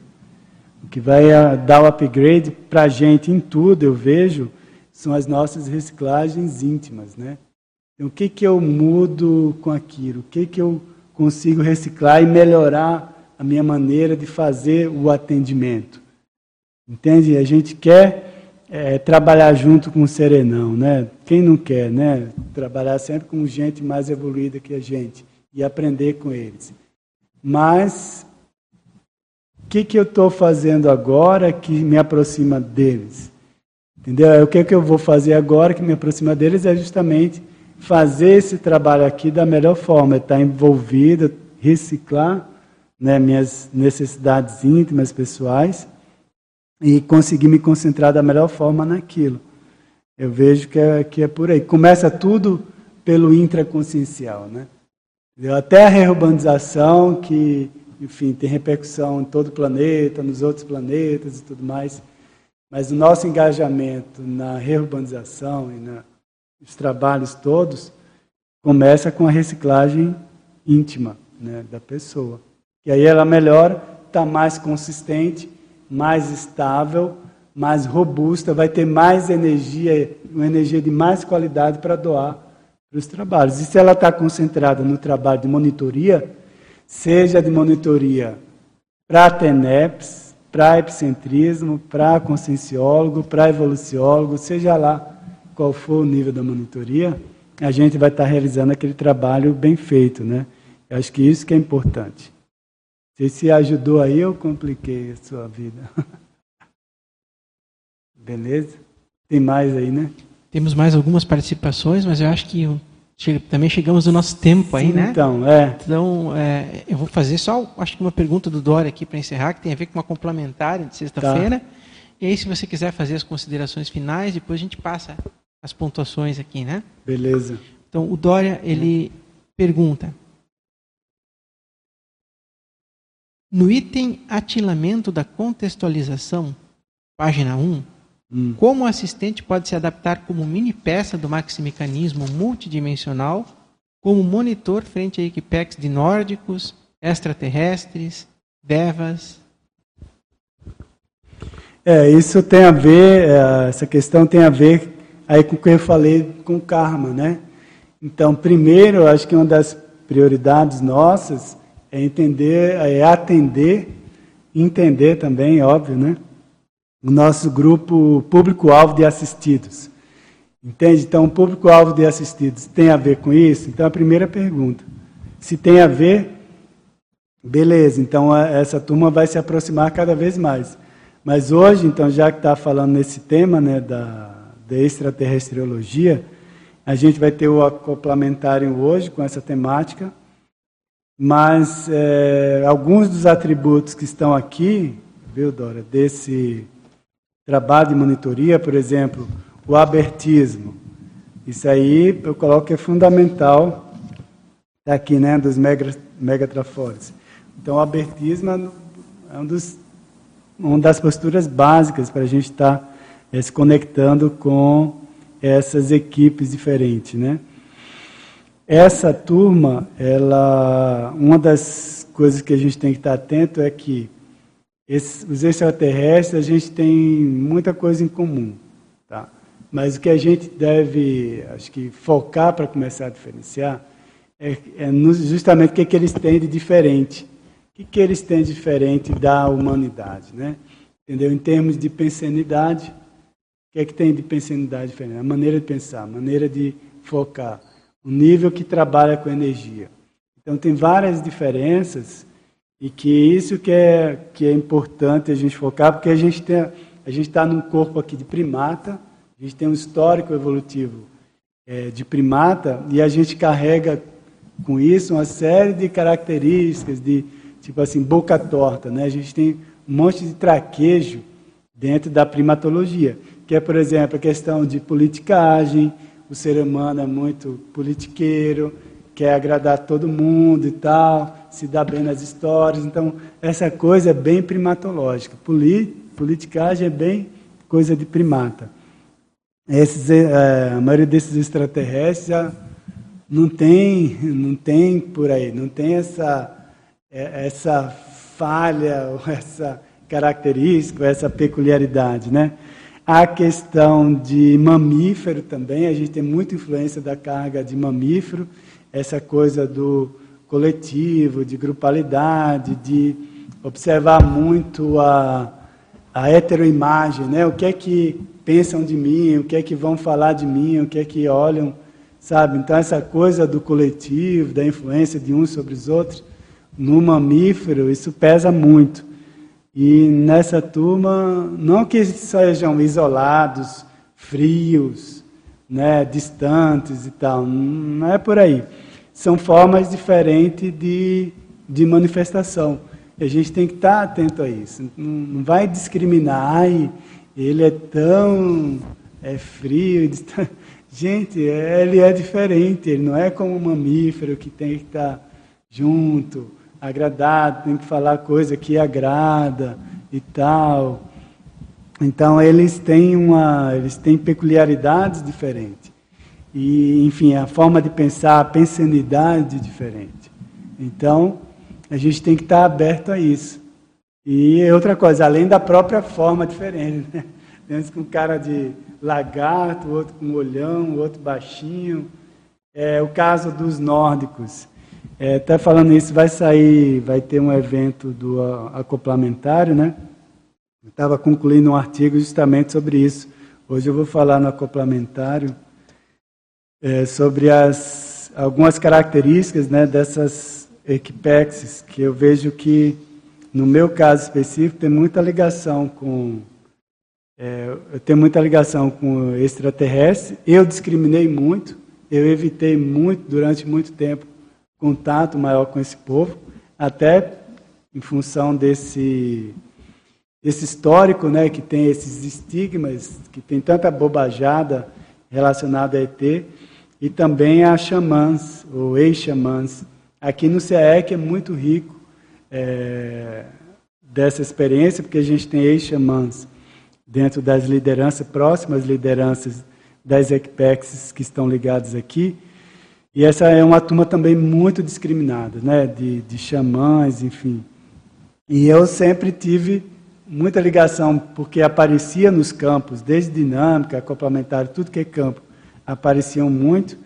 O que vai dar o upgrade para a gente em tudo, eu vejo, são as nossas reciclagens íntimas, né? Então, o que, que eu mudo com aquilo? O que, que eu consigo reciclar e melhorar a minha maneira de fazer o atendimento? Entende? A gente quer é, trabalhar junto com o serenão, né? Quem não quer, né? Trabalhar sempre com gente mais evoluída que a gente e aprender com eles. Mas o que, que eu estou fazendo agora que me aproxima deles? Entendeu? O que, que eu vou fazer agora que me aproxima deles é justamente fazer esse trabalho aqui da melhor forma, estar envolvido, reciclar, né, minhas necessidades íntimas, pessoais, e conseguir me concentrar da melhor forma naquilo. Eu vejo que é, que é por aí. Começa tudo pelo intraconsciencial, né? Até a reurbanização, que, enfim, tem repercussão em todo o planeta, nos outros planetas e tudo mais, mas o nosso engajamento na reurbanização e na os trabalhos todos, começa com a reciclagem íntima, né, da pessoa. E aí ela melhora, está mais consistente, mais estável, mais robusta, vai ter mais energia, uma energia de mais qualidade para doar para os trabalhos. E se ela está concentrada no trabalho de monitoria, seja de monitoria para T N E P S, para epicentrismo, para conscienciólogo, para evoluciólogo, seja lá qual for o nível da monitoria, a gente vai estar realizando aquele trabalho bem feito, né? Eu acho que isso que é importante. Se se ajudou aí, eu compliquei a sua vida. Beleza? Tem mais aí, né? Temos mais algumas participações, mas eu acho que também chegamos no nosso tempo aí, Sim, né? Então, é. Então, é, eu vou fazer só, acho que uma pergunta do Dória aqui para encerrar, que tem a ver com uma complementar de sexta-feira. Tá. E aí, se você quiser fazer as considerações finais, depois a gente passa as pontuações aqui, né? Beleza. Então, o Dória, ele pergunta: no item atilamento da contextualização, página um, hum. como o assistente pode se adaptar como mini peça do maximecanismo multidimensional, como monitor frente a equipex de nórdicos, extraterrestres, devas? É, isso tem a ver, essa questão tem a ver aí com o que eu falei com o karma, né? Então, primeiro, acho que uma das prioridades nossas é entender, é atender, entender também, óbvio, né? O nosso grupo público-alvo de assistidos. Entende? Então, o público-alvo de assistidos tem a ver com isso? Então, a primeira pergunta. Se tem a ver, beleza, então essa turma vai se aproximar cada vez mais. Mas hoje, então, já que está falando nesse tema, né, da da extraterrestriologia, a gente vai ter o acoplamentário hoje com essa temática, mas é, alguns dos atributos que estão aqui, viu, Dora, desse trabalho de monitoria, por exemplo, o abertismo, isso aí eu coloco que é fundamental, está aqui, né, dos mega, megatrafores. Então, o abertismo é um dos, uma das posturas básicas para a gente estar tá, É, se conectando com essas equipes diferentes, né? Essa turma, ela, uma das coisas que a gente tem que estar atento é que esses, os extraterrestres, a gente tem muita coisa em comum, tá? Mas o que a gente deve, acho que, focar para começar a diferenciar é, é justamente o que, que eles têm de diferente. O que, que eles têm de diferente da humanidade, né? Entendeu? Em termos de pensanidade. O que é que tem de pensanidade diferente? A maneira de pensar, a maneira de focar, o nível que trabalha com energia. Então, tem várias diferenças e que isso que é, que é importante a gente focar, porque a gente tem, a gente está num corpo aqui de primata, a gente tem um histórico evolutivo é, de primata e a gente carrega com isso uma série de características de, tipo assim, boca torta, né? A gente tem um monte de traquejo dentro da primatologia, que é, por exemplo, a questão de politicagem, o ser humano é muito politiqueiro, quer agradar todo mundo e tal, se dá bem nas histórias. Então, essa coisa é bem primatológica. Politicagem é bem coisa de primata. Esses, é, a maioria desses extraterrestres já não tem, não tem por aí, não tem essa, essa falha, ou essa característica, essa peculiaridade, né? A questão de mamífero também, a gente tem muita influência da carga de mamífero, essa coisa do coletivo, de grupalidade, de observar muito a, a heteroimagem, né? O que é que pensam de mim, o que é que vão falar de mim, o que é que olham, sabe? Então, essa coisa do coletivo, da influência de uns sobre os outros, no mamífero, isso pesa muito. E nessa turma, não que sejam isolados, frios, né, distantes e tal, não é por aí. São formas diferentes de, de manifestação. E a gente tem que estar atento a isso. Não vai discriminar, ai, ele é tão é frio, distante. Gente, ele é diferente, ele não é como um mamífero que tem que estar junto, agradado, tem que falar coisa que agrada e tal. Então, eles têm, uma, eles têm peculiaridades diferentes. E, enfim, a forma de pensar, a pensanidade diferente. Então, a gente tem que estar aberto a isso. E outra coisa, além da própria forma diferente, né? Tem uns com cara de lagarto, outro com olhão, outro baixinho. É o caso dos nórdicos. É, até falando isso, vai sair, vai ter um evento do acoplamentário, né? Eu estava concluindo um artigo justamente sobre isso. Hoje eu vou falar no acoplamentário é, sobre as, algumas características, né, dessas equipexes, que eu vejo que, no meu caso específico, tem muita ligação com... É, eu tenho muita ligação com o extraterrestre. Eu discriminei muito, eu evitei muito, durante muito tempo, contato maior com esse povo, até em função desse, desse histórico, né, que tem esses estigmas, que tem tanta bobajada relacionada a E T, e também a xamãs, ou ex-xamãs. Aqui no C A E C é muito rico é, dessa experiência, porque a gente tem ex-xamãs dentro das lideranças, próximas lideranças das equipexes que estão ligadas aqui. E essa é uma turma também muito discriminada, né? de, de xamãs, enfim. E eu sempre tive muita ligação, porque aparecia nos campos, desde dinâmica, complementar, tudo que é campo, apareciam muito,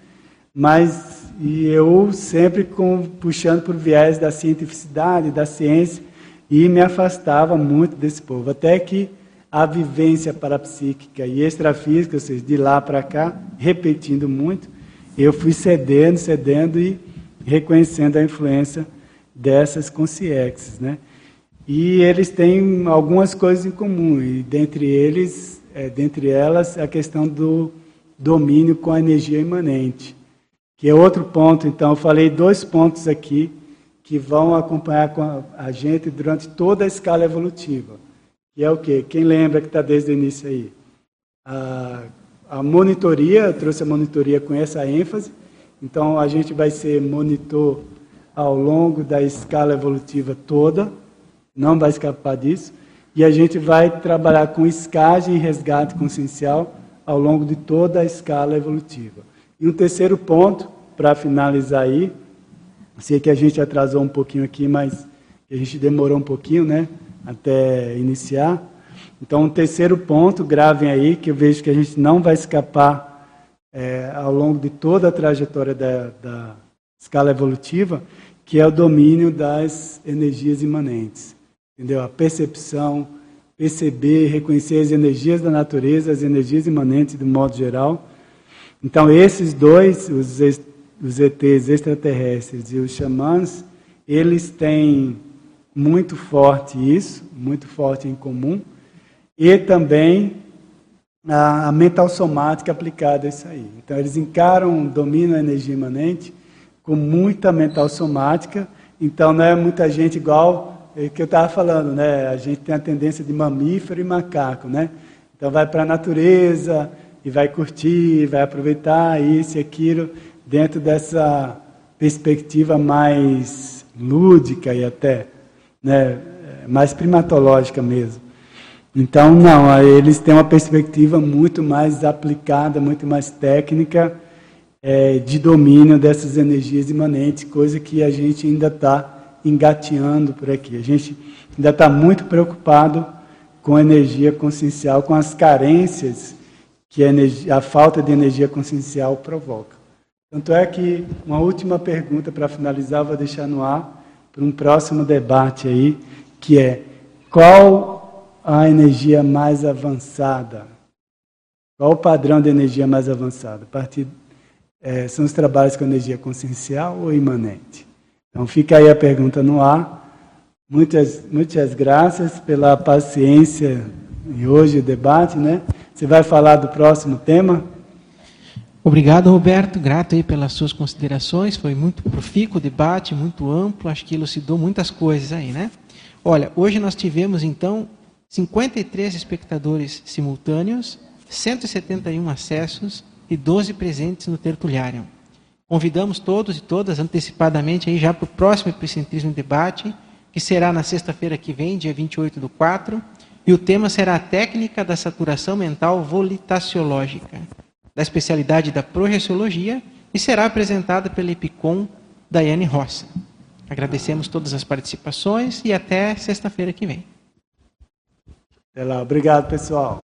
mas e eu sempre com, puxando por viés da cientificidade, da ciência, e me afastava muito desse povo, até que a vivência parapsíquica e extrafísica, ou seja, de lá para cá, repetindo muito, eu fui cedendo, cedendo e reconhecendo a influência dessas consciências, né? E eles têm algumas coisas em comum, e dentre eles, é, dentre elas, a questão do domínio com a energia imanente, que é outro ponto. Então, eu falei dois pontos aqui que vão acompanhar com a, a gente durante toda a escala evolutiva. Que é o quê? Quem lembra que está desde o início aí? A, a monitoria, eu trouxe a monitoria com essa ênfase. Então, a gente vai ser monitor ao longo da escala evolutiva toda, não vai escapar disso. E a gente vai trabalhar com escagem e resgate consciencial ao longo de toda a escala evolutiva. E um terceiro ponto, para finalizar aí, sei que a gente atrasou um pouquinho aqui, mas a gente demorou um pouquinho, né? Até iniciar. Então, um terceiro ponto, gravem aí, que eu vejo que a gente não vai escapar é, ao longo de toda a trajetória da, da escala evolutiva, que é o domínio das energias imanentes. Entendeu? A percepção, perceber, reconhecer as energias da natureza, as energias imanentes de modo geral. Então, esses dois, os, os E Tês extraterrestres e os xamãs, eles têm muito forte isso, muito forte em comum, e também a, a mental somática aplicada a isso aí. Então, eles encaram, dominam a energia imanente com muita mental somática. Então, não é muita gente igual é, que eu estava falando, né? A gente tem a tendência de mamífero e macaco, né? Então, vai para a natureza e vai curtir, vai aproveitar isso e aquilo, dentro dessa perspectiva mais lúdica e até, né, mais primatológica mesmo. Então, não, eles têm uma perspectiva muito mais aplicada, muito mais técnica, é, de domínio dessas energias imanentes, coisa que a gente ainda está engateando por aqui. A gente ainda está muito preocupado com a energia consciencial, com as carências que a, energia, a falta de energia consciencial provoca. Tanto é que uma última pergunta para finalizar, vou deixar no ar para um próximo debate aí, que é: qual a energia mais avançada? Qual o padrão de energia mais avançada? A partir, é, são os trabalhos com energia consciencial ou imanente? Então fica aí a pergunta no ar. Muitas, muitas graças pela paciência e hoje o debate, né? Você vai falar do próximo tema? Obrigado, Roberto. Grato aí pelas suas considerações. Foi muito profícuo o debate, muito amplo. Acho que elucidou muitas coisas aí, né? Olha, hoje nós tivemos, então, cinquenta e três espectadores simultâneos, cento e setenta e um acessos e doze presentes no tertuliário. Convidamos todos e todas antecipadamente aí já para o próximo Epicentrismo em Debate, que será na sexta-feira que vem, dia vinte e oito do quatro, e o tema será a técnica da saturação mental volitaciológica, da especialidade da projeciologia, e será apresentada pela Epicom Daiane Roça. Agradecemos todas as participações e até sexta-feira que vem. Até lá. Obrigado, pessoal.